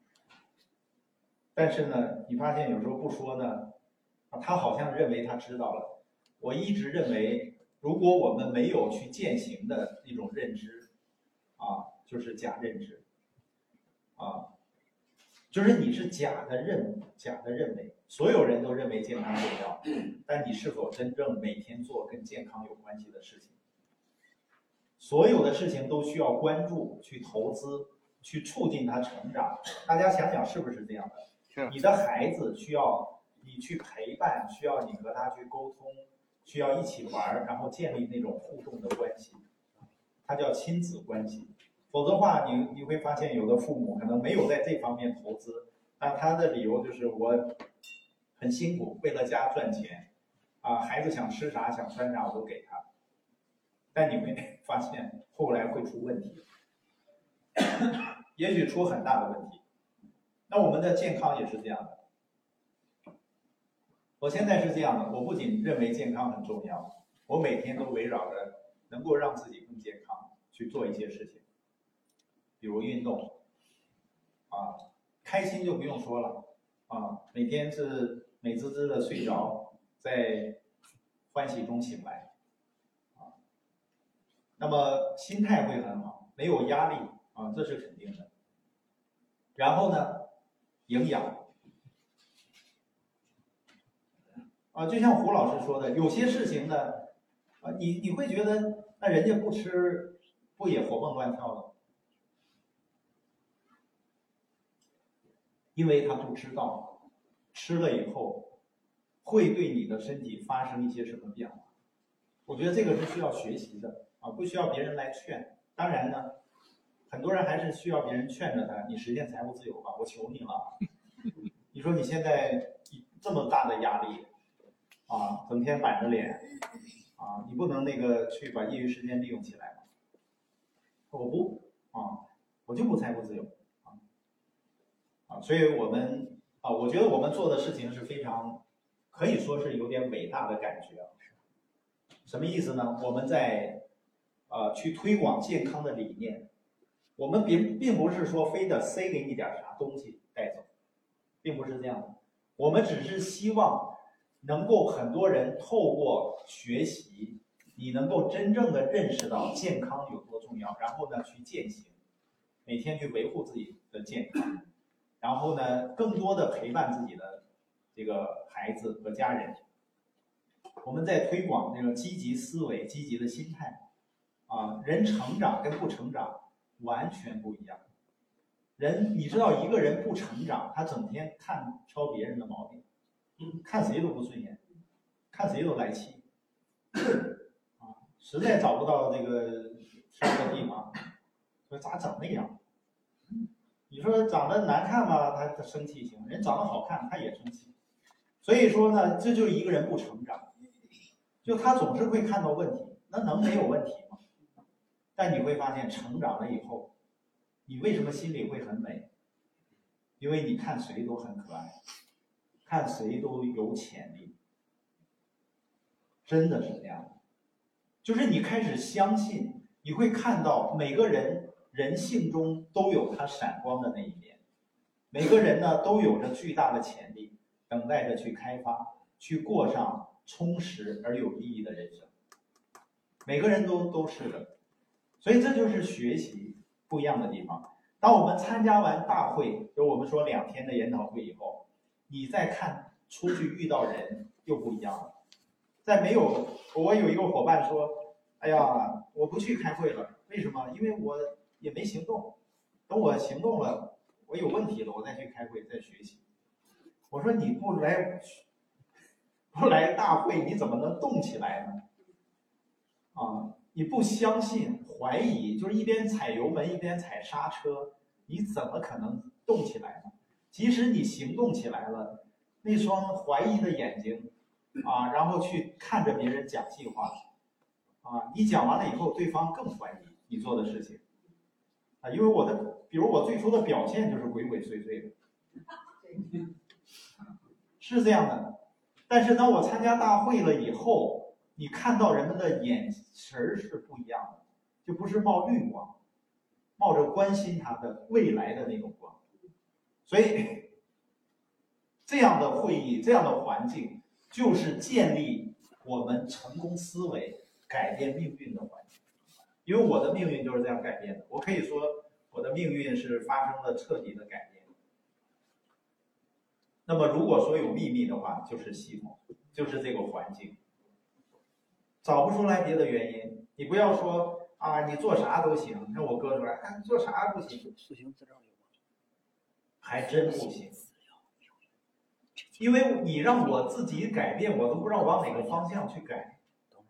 但是呢，你发现有时候不说呢，啊，他好像认为他知道了。我一直认为，如果我们没有去践行的一种认知，啊，就是假认知，啊，就是你是假的认，假的认为，所有人都认为健康重要，但你是否真正每天做跟健康有关系的事情？所有的事情都需要关注、去投资、去促进他成长。大家想想是不是这样的？是。你的孩子需要你去陪伴，需要你和他去沟通，需要一起玩，然后建立那种互动的关系，它叫亲子关系。否则的话，你你会发现有的父母可能没有在这方面投资，那他的理由就是我很辛苦，为了家赚钱，啊，孩子想吃啥想穿啥我都给他。但你会发现后来会出问题，也许出很大的问题。那我们的健康也是这样的。我现在是这样的，我不仅认为健康很重要，我每天都围绕着能够让自己更健康去做一些事情，比如运动，啊，开心就不用说了，啊，每天是美滋滋的睡着，在欢喜中醒来。那么心态会很好，没有压力啊，这是肯定的。然后呢，营养啊，就像胡老师说的，有些事情呢，啊，你你会觉得那人家不吃，不也活蹦乱跳的？因为他不知道，吃了以后会对你的身体发生一些什么变化。我觉得这个是需要学习的。啊，不需要别人来劝。当然呢，很多人还是需要别人劝着他，你实现财务自由吧，我求你了。你说你现在这么大的压力，啊，整天板着脸，啊，你不能那个去把业余时间利用起来吗？我不，啊，我就不财务自由，啊，啊，所以我们啊，我觉得我们做的事情是非常，可以说是有点伟大的感觉。什么意思呢？我们在呃，去推广健康的理念，我们并并不是说非得塞给你点啥东西带走，并不是这样的。我们只是希望能够很多人透过学习，你能够真正的认识到健康有多重要，然后呢去践行，每天去维护自己的健康，然后呢更多的陪伴自己的这个孩子和家人。我们在推广这个积极思维、积极的心态。啊，人成长跟不成长完全不一样。人，你知道，一个人不成长，他整天看挑别人的毛病，看谁都不顺眼，看谁都来气，啊，实在找不到这个挑的地方，说咋整那样？你说长得难看吧，他他生气行；人长得好看，他也生气。所以说呢，这就是一个人不成长，就他总是会看到问题，那能没有问题吗？但你会发现，成长了以后， 你为什么心里会很美？因为你看谁都很可爱，看谁都有潜力，真的是这样的。就是你开始相信，你会看到每个人人性中都有他闪光的那一面，每个人呢都有着巨大的潜力，等待着去开发，去过上充实而有意义的人生。每个人都都是的，所以这就是学习不一样的地方。当我们参加完大会，就我们说两天的研讨会以后，你再看出去遇到人又不一样了。在没有，我有一个伙伴说，哎呀，我不去开会了，为什么？因为我也没行动，等我行动了，我有问题了，我再去开会，再学习。我说你不来，不来大会，你怎么能动起来呢？啊，你不相信、怀疑，就是一边踩油门一边踩刹车，你怎么可能动起来呢？即使你行动起来了，那双怀疑的眼睛，啊，然后去看着别人讲计划，啊，你讲完了以后，对方更怀疑你做的事情，啊，因为我的，比如我最初的表现就是鬼鬼祟祟的，是这样的。但是当我参加大会了以后，你看到人们的眼神是不一样的，就不是冒绿光，冒着关心他的未来的那种光。所以，这样的会议，这样的环境，就是建立我们成功思维、改变命运的环境。因为我的命运就是这样改变的，我可以说我的命运是发生了彻底的改变。那么，如果说有秘密的话，就是系统，就是这个环境。找不出来别的原因，你不要说啊，你做啥都行。像我哥说，哎，做啥不行？还真不行。因为你让我自己改变，我都不知道往哪个方向去改。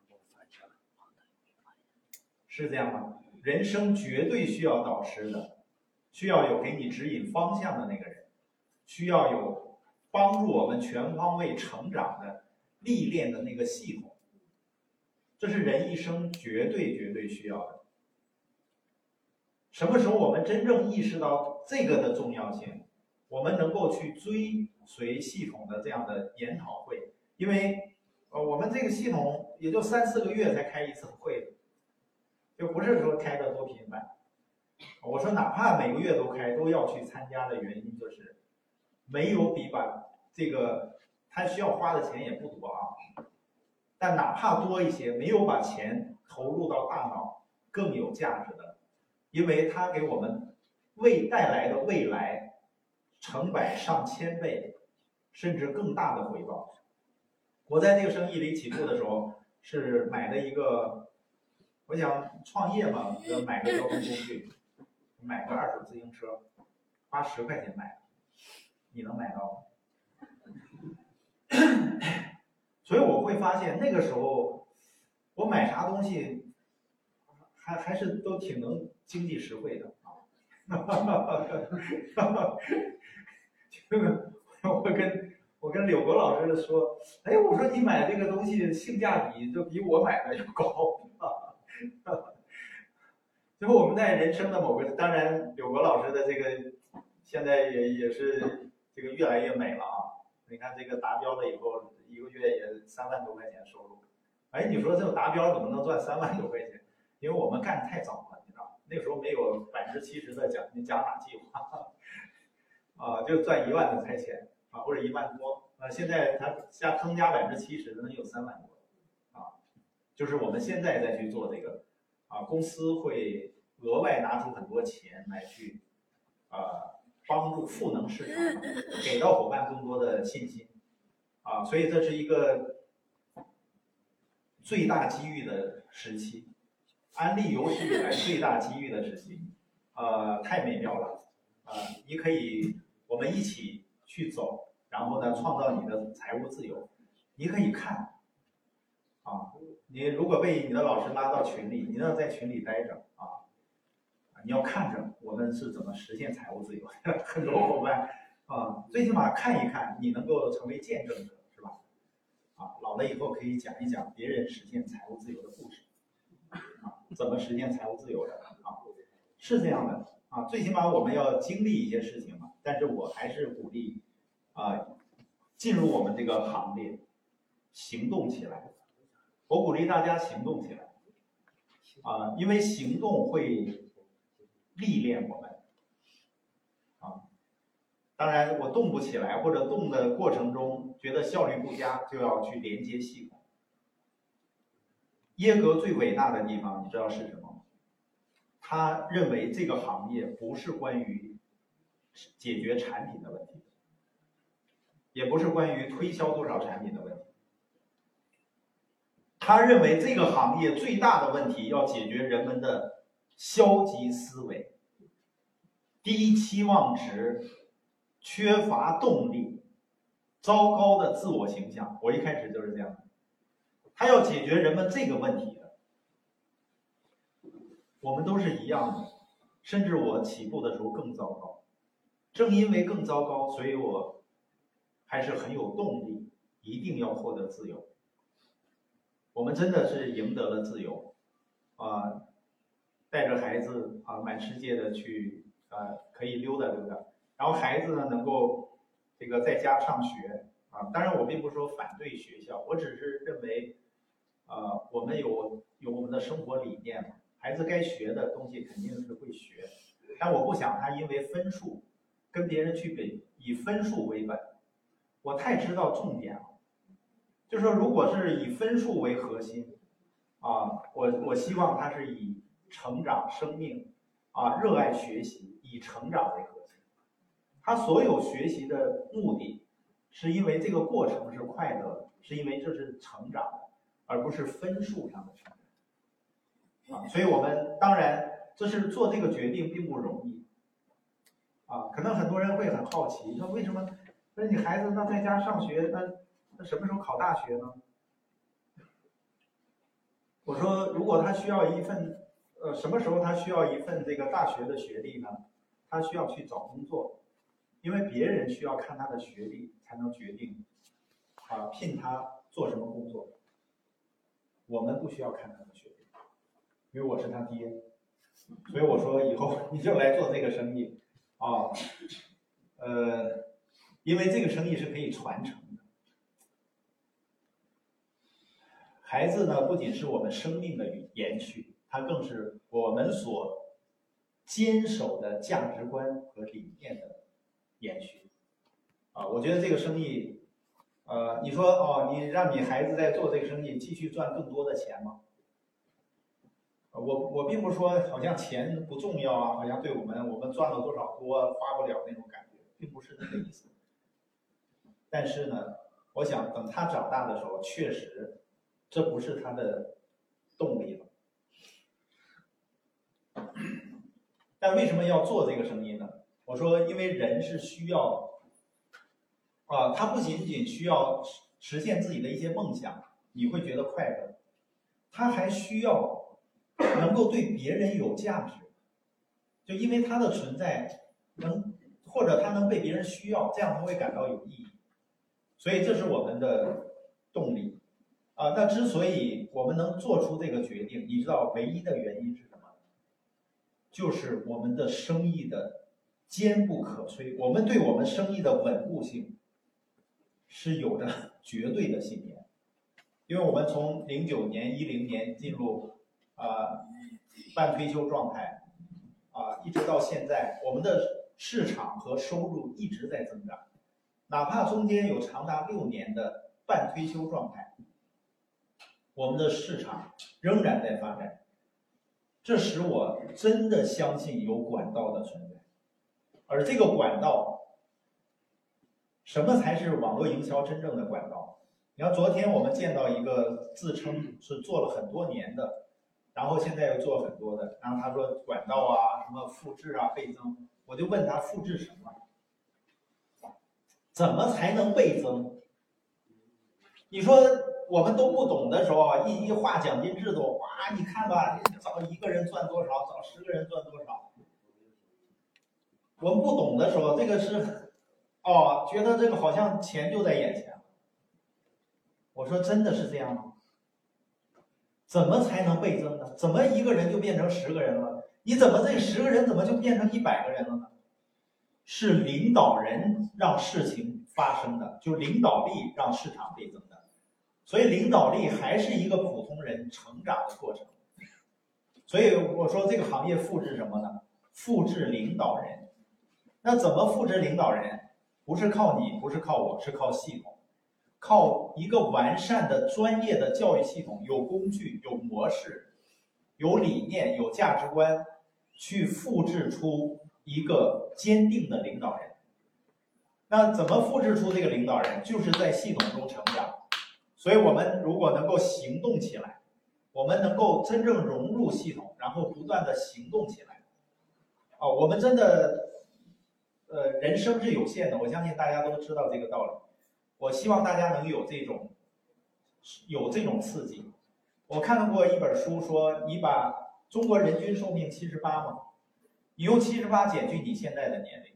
是这样吗？人生绝对需要导师的，需要有给你指引方向的那个人，需要有帮助我们全方位成长的历练的那个系统。这是人一生绝对绝对需要的。什么时候我们真正意识到这个的重要性，我们能够去追随系统的这样的研讨会，因为呃我们这个系统也就三四个月才开一次会，就不是说开的多频繁。我说哪怕每个月都开，都要去参加的原因就是，没有比把这个他需要花的钱也不多啊。但哪怕多一些，没有把钱投入到大脑更有价值的，因为它给我们未带来的未来成百上千倍，甚至更大的回报。我在这个生意里起步的时候，是买了一个，我想创业嘛，要买个交通工具，买个二手自行车，花十块钱买，你能买到吗？所以我会发现那个时候，我买啥东西，还还是都挺能经济实惠的啊。这个我跟我跟柳国老师说，哎，我说你买这个东西性价比就比我买的要高。最后我们在人生的某个，当然柳国老师的这个现在也也是这个越来越美了啊。你看这个达标了以后，一个月也三万多块钱收入。哎，你说这个达标怎么能赚三万多块钱？因为我们干太早了，你知道，那个时候没有百分之七十的奖奖码计划，啊，就赚一万的差钱啊，或者一万多。啊，现在它加增加百分之七十，能有三万多，啊，就是我们现在再去做这个，啊，公司会额外拿出很多钱来去，啊。帮助赋能市场，给到伙伴更多的信心，啊，所以这是一个最大机遇的时期，安利有史以来最大机遇的时期，呃，太美妙了，啊、呃，你可以我们一起去走，然后呢，创造你的财务自由，你可以看，啊，你如果被你的老师拉到群里，你要在群里待着啊。你要看着我们是怎么实现财务自由，很多伙伴啊，最起码看一看，你能够成为见证者，是吧？啊，老了以后可以讲一讲别人实现财务自由的故事，啊，怎么实现财务自由的啊？是这样的， 啊，最起码我们要经历一些事情嘛。但是我还是鼓励啊，进入我们这个行列，行动起来。我鼓励大家行动起来啊，因为行动会历练我们啊。当然，我动不起来或者动的过程中觉得效率不佳，就要去连接系统。耶格最伟大的地方，你知道是什么吗？他认为这个行业不是关于解决产品的问题，也不是关于推销多少产品的问题。他认为这个行业最大的问题要解决人们的消极思维、低期望值、缺乏动力、糟糕的自我形象。我一开始就是这样的，他要解决人们这个问题的。我们都是一样的，甚至我起步的时候更糟糕。正因为更糟糕，所以我还是很有动力，一定要获得自由。我们真的是赢得了自由，啊，带着孩子啊满世界的去啊可以溜达溜达，然后孩子呢能够这个在家上学啊。当然我并不是说反对学校，我只是认为啊我们有有我们的生活理念嘛，孩子该学的东西肯定是会学，但我不想他因为分数跟别人去比，以分数为本。我太知道重点了。就是说，如果是以分数为核心，啊，我我希望他是以成长、生命，啊，热爱学习，以成长为核心。他所有学习的目的，是因为这个过程是快乐的，是因为这是成长的，而不是分数上的成长。啊，所以我们当然，这是做这个决定并不容易。啊，可能很多人会很好奇，说为什么？那你孩子那在家上学，那那什么时候考大学呢？我说，如果他需要一份，呃，什么时候他需要一份这个大学的学历呢？他需要去找工作，因为别人需要看他的学历才能决定，啊，聘他做什么工作。我们不需要看他的学历，因为我是他爹，所以我说以后你就来做这个生意，啊，呃，因为这个生意是可以传承的。孩子呢，不仅是我们生命的延续，它更是我们所坚守的价值观和理念的延续。啊，我觉得这个生意，呃，你说哦，你让你孩子在做这个生意，继续赚更多的钱吗？我我并不是说好像钱不重要啊，好像对我们我们赚了多少多花不了那种感觉，并不是那个意思。但是呢，我想等他长大的时候，确实。这不是他的动力了，但为什么要做这个生意呢？我说，因为人是需要，啊，他不仅仅需要实现自己的一些梦想，你会觉得快乐，他还需要能够对别人有价值，就因为他的存在能，或者他能被别人需要，这样他会感到有意义，所以这是我们的动力。啊，那之所以我们能做出这个决定，你知道唯一的原因是什么？就是我们的生意的坚不可摧，我们对我们生意的稳固性是有着绝对的信念。因为我们从零九年、一零年进入啊、呃、半退休状态，啊、呃、一直到现在，我们的市场和收入一直在增长，哪怕中间有长达六年的半退休状态。我们的市场仍然在发展，这使我真的相信有管道的存在。而这个管道，什么才是网络营销真正的管道？你看，昨天我们见到一个自称是做了很多年的，然后现在又做很多的，然后他说管道啊，什么复制啊、倍增，我就问他复制什么？怎么才能倍增？你说我们都不懂的时候，一一划奖金制度，哇，你看吧，找一个人赚多少，找十个人赚多少。我们不懂的时候，这个是，哦，觉得这个好像钱就在眼前。我说真的是这样吗？怎么才能倍增呢？怎么一个人就变成十个人了？ 你怎么这十个人怎么就变成一百个人了呢？是领导人让事情发生的，就领导力让市场倍增的。所以领导力还是一个普通人成长的过程。所以我说这个行业复制什么呢？复制领导人。那怎么复制领导人？不是靠你，不是靠我，是靠系统，靠一个完善的专业的教育系统，有工具、有模式、有理念、有价值观，去复制出一个坚定的领导人。那怎么复制出这个领导人？就是在系统中成长。所以我们如果能够行动起来，我们能够真正融入系统，然后不断的行动起来，啊，我们真的。呃，人生是有限的，我相信大家都知道这个道理。我希望大家能有这种，有这种刺激。我看到过一本书说，你把中国人均寿命七十八嘛，你用七十八减去你现在的年龄。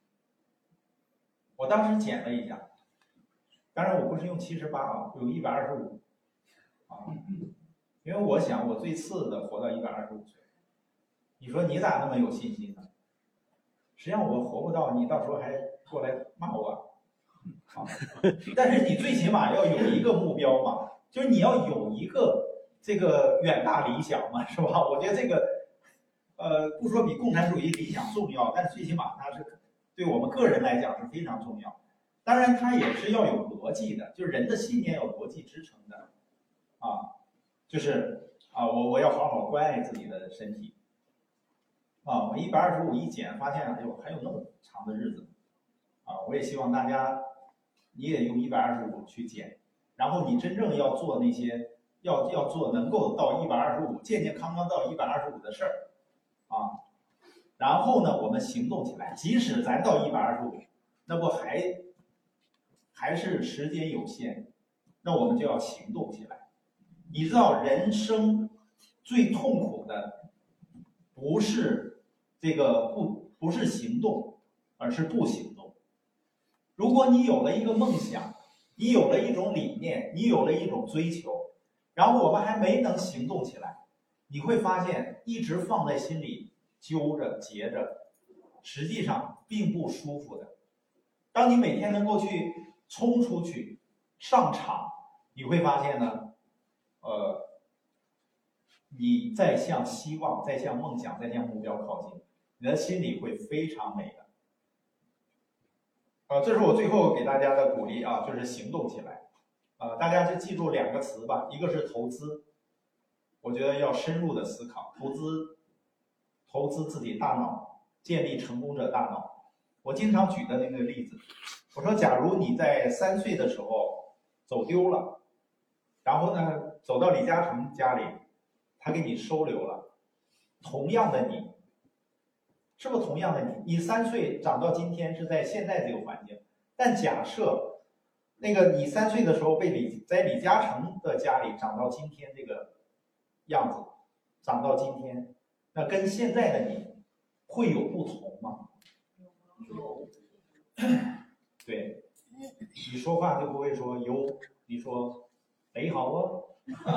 我当时减了一下，当然我不是用七十八啊，有一百二十五啊，因为我想我最次的活到一百二十五岁。你说你咋那么有信心呢？实际上我活不到，你到时候还过来骂我，啊！但是你最起码要有一个目标嘛，就是你要有一个这个远大理想嘛，是吧？我觉得这个，呃，不说比共产主义理想重要，但最起码它是对我们个人来讲是非常重要。当然，它也是要有逻辑的，就是人的信念有逻辑支撑的，啊，就是啊，我我要好好关爱自己的身体。啊，我一百二十五一减，发现哎呦还有那么长的日子，啊，我也希望大家，你也用一百二十五去减，然后你真正要做那些要要做能够到一百二十五健健康康到一百二十五的事儿，啊，然后呢我们行动起来，即使咱到一百二十五，那不还还是时间有限，那我们就要行动起来。你知道人生最痛苦的不是。这个不不是行动，而是不行动。如果你有了一个梦想，你有了一种理念，你有了一种追求，然后我们还没能行动起来，你会发现一直放在心里揪着结着，实际上并不舒服的。当你每天能够去冲出去上场，你会发现呢，呃，你在向希望，在向梦想，在向目标靠近。你的心里会非常美的，啊，这是我最后给大家的鼓励啊，就是行动起来，啊，大家就记住两个词吧，一个是投资，我觉得要深入的思考，投资，投资自己大脑，建立成功者大脑。我经常举的那个例子，我说，假如你在三岁的时候走丢了，然后呢，走到李嘉诚家里，他给你收留了，同样的你。是不是同样的你？你三岁长到今天是在现在这个环境，但假设那个你三岁的时候被李在李嘉诚的家里长到今天这个样子，长到今天，那跟现在的你会有不同吗？对，你说话就不会说哟，你说你好哦。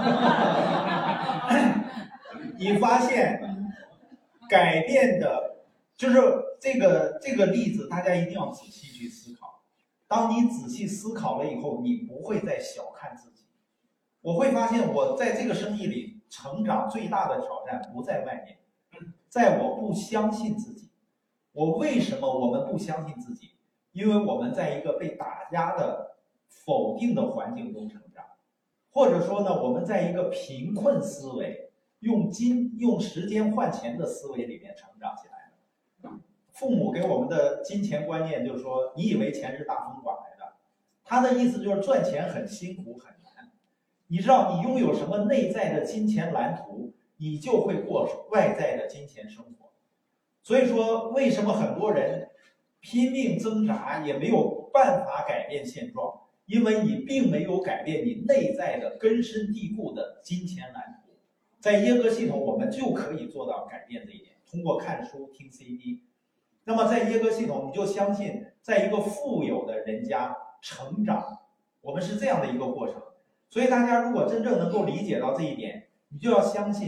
你发现改变的。就是这个这个例子，大家一定要仔细去思考。当你仔细思考了以后，你不会再小看自己。我会发现，我在这个生意里成长最大的挑战不在外面，在我不相信自己。我为什么我们不相信自己？因为我们在一个被打压的否定的环境中成长，或者说呢，我们在一个贫困思维、用金用时间换钱的思维里面成长起来。父母给我们的金钱观念就是说，你以为钱是大风刮来的，他的意思就是赚钱很辛苦很难。你知道，你拥有什么内在的金钱蓝图，你就会过外在的金钱生活。所以说，为什么很多人拼命挣扎也没有办法改变现状？因为你并没有改变你内在的根深蒂固的金钱蓝图。在耶格系统，我们就可以做到改变这一点，通过看书、听 C D。那么在耶格系统，你就相信，在一个富有的人家成长，我们是这样的一个过程。所以大家如果真正能够理解到这一点，你就要相信，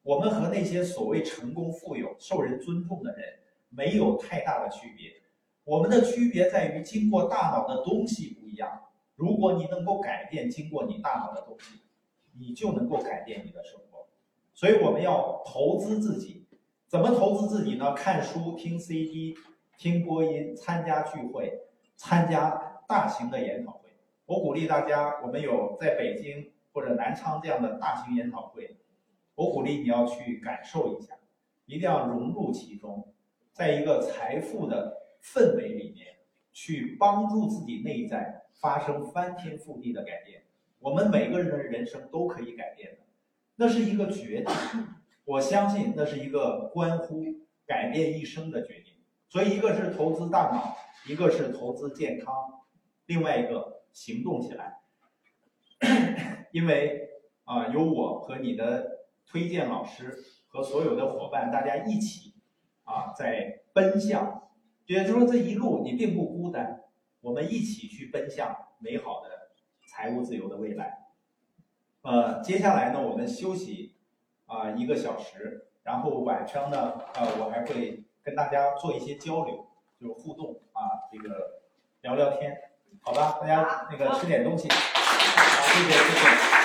我们和那些所谓成功、富有、受人尊重的人没有太大的区别。我们的区别在于经过大脑的东西不一样。如果你能够改变经过你大脑的东西，你就能够改变你的生活。所以我们要投资自己。怎么投资自己呢？看书、听 C D、听播音、参加聚会、参加大型的研讨会。我鼓励大家，我们有在北京或者南昌这样的大型研讨会，我鼓励你要去感受一下，一定要融入其中，在一个财富的氛围里面，去帮助自己内在发生翻天覆地的改变。我们每个人的人生都可以改变的，那是一个决定。我相信那是一个关乎改变一生的决定。所以一个是投资大脑，一个是投资健康，另外一个行动起来。因为啊、呃，有我和你的推荐老师和所有的伙伴，大家一起啊在奔向，也就是说这一路你并不孤单，我们一起去奔向美好的财务自由的未来。呃，接下来呢，我们休息啊、呃、一个小时，然后晚上呢，呃，我还会跟大家做一些交流，就是互动啊，这个聊聊天，好吧？大家那个吃点东西，好，谢谢谢谢。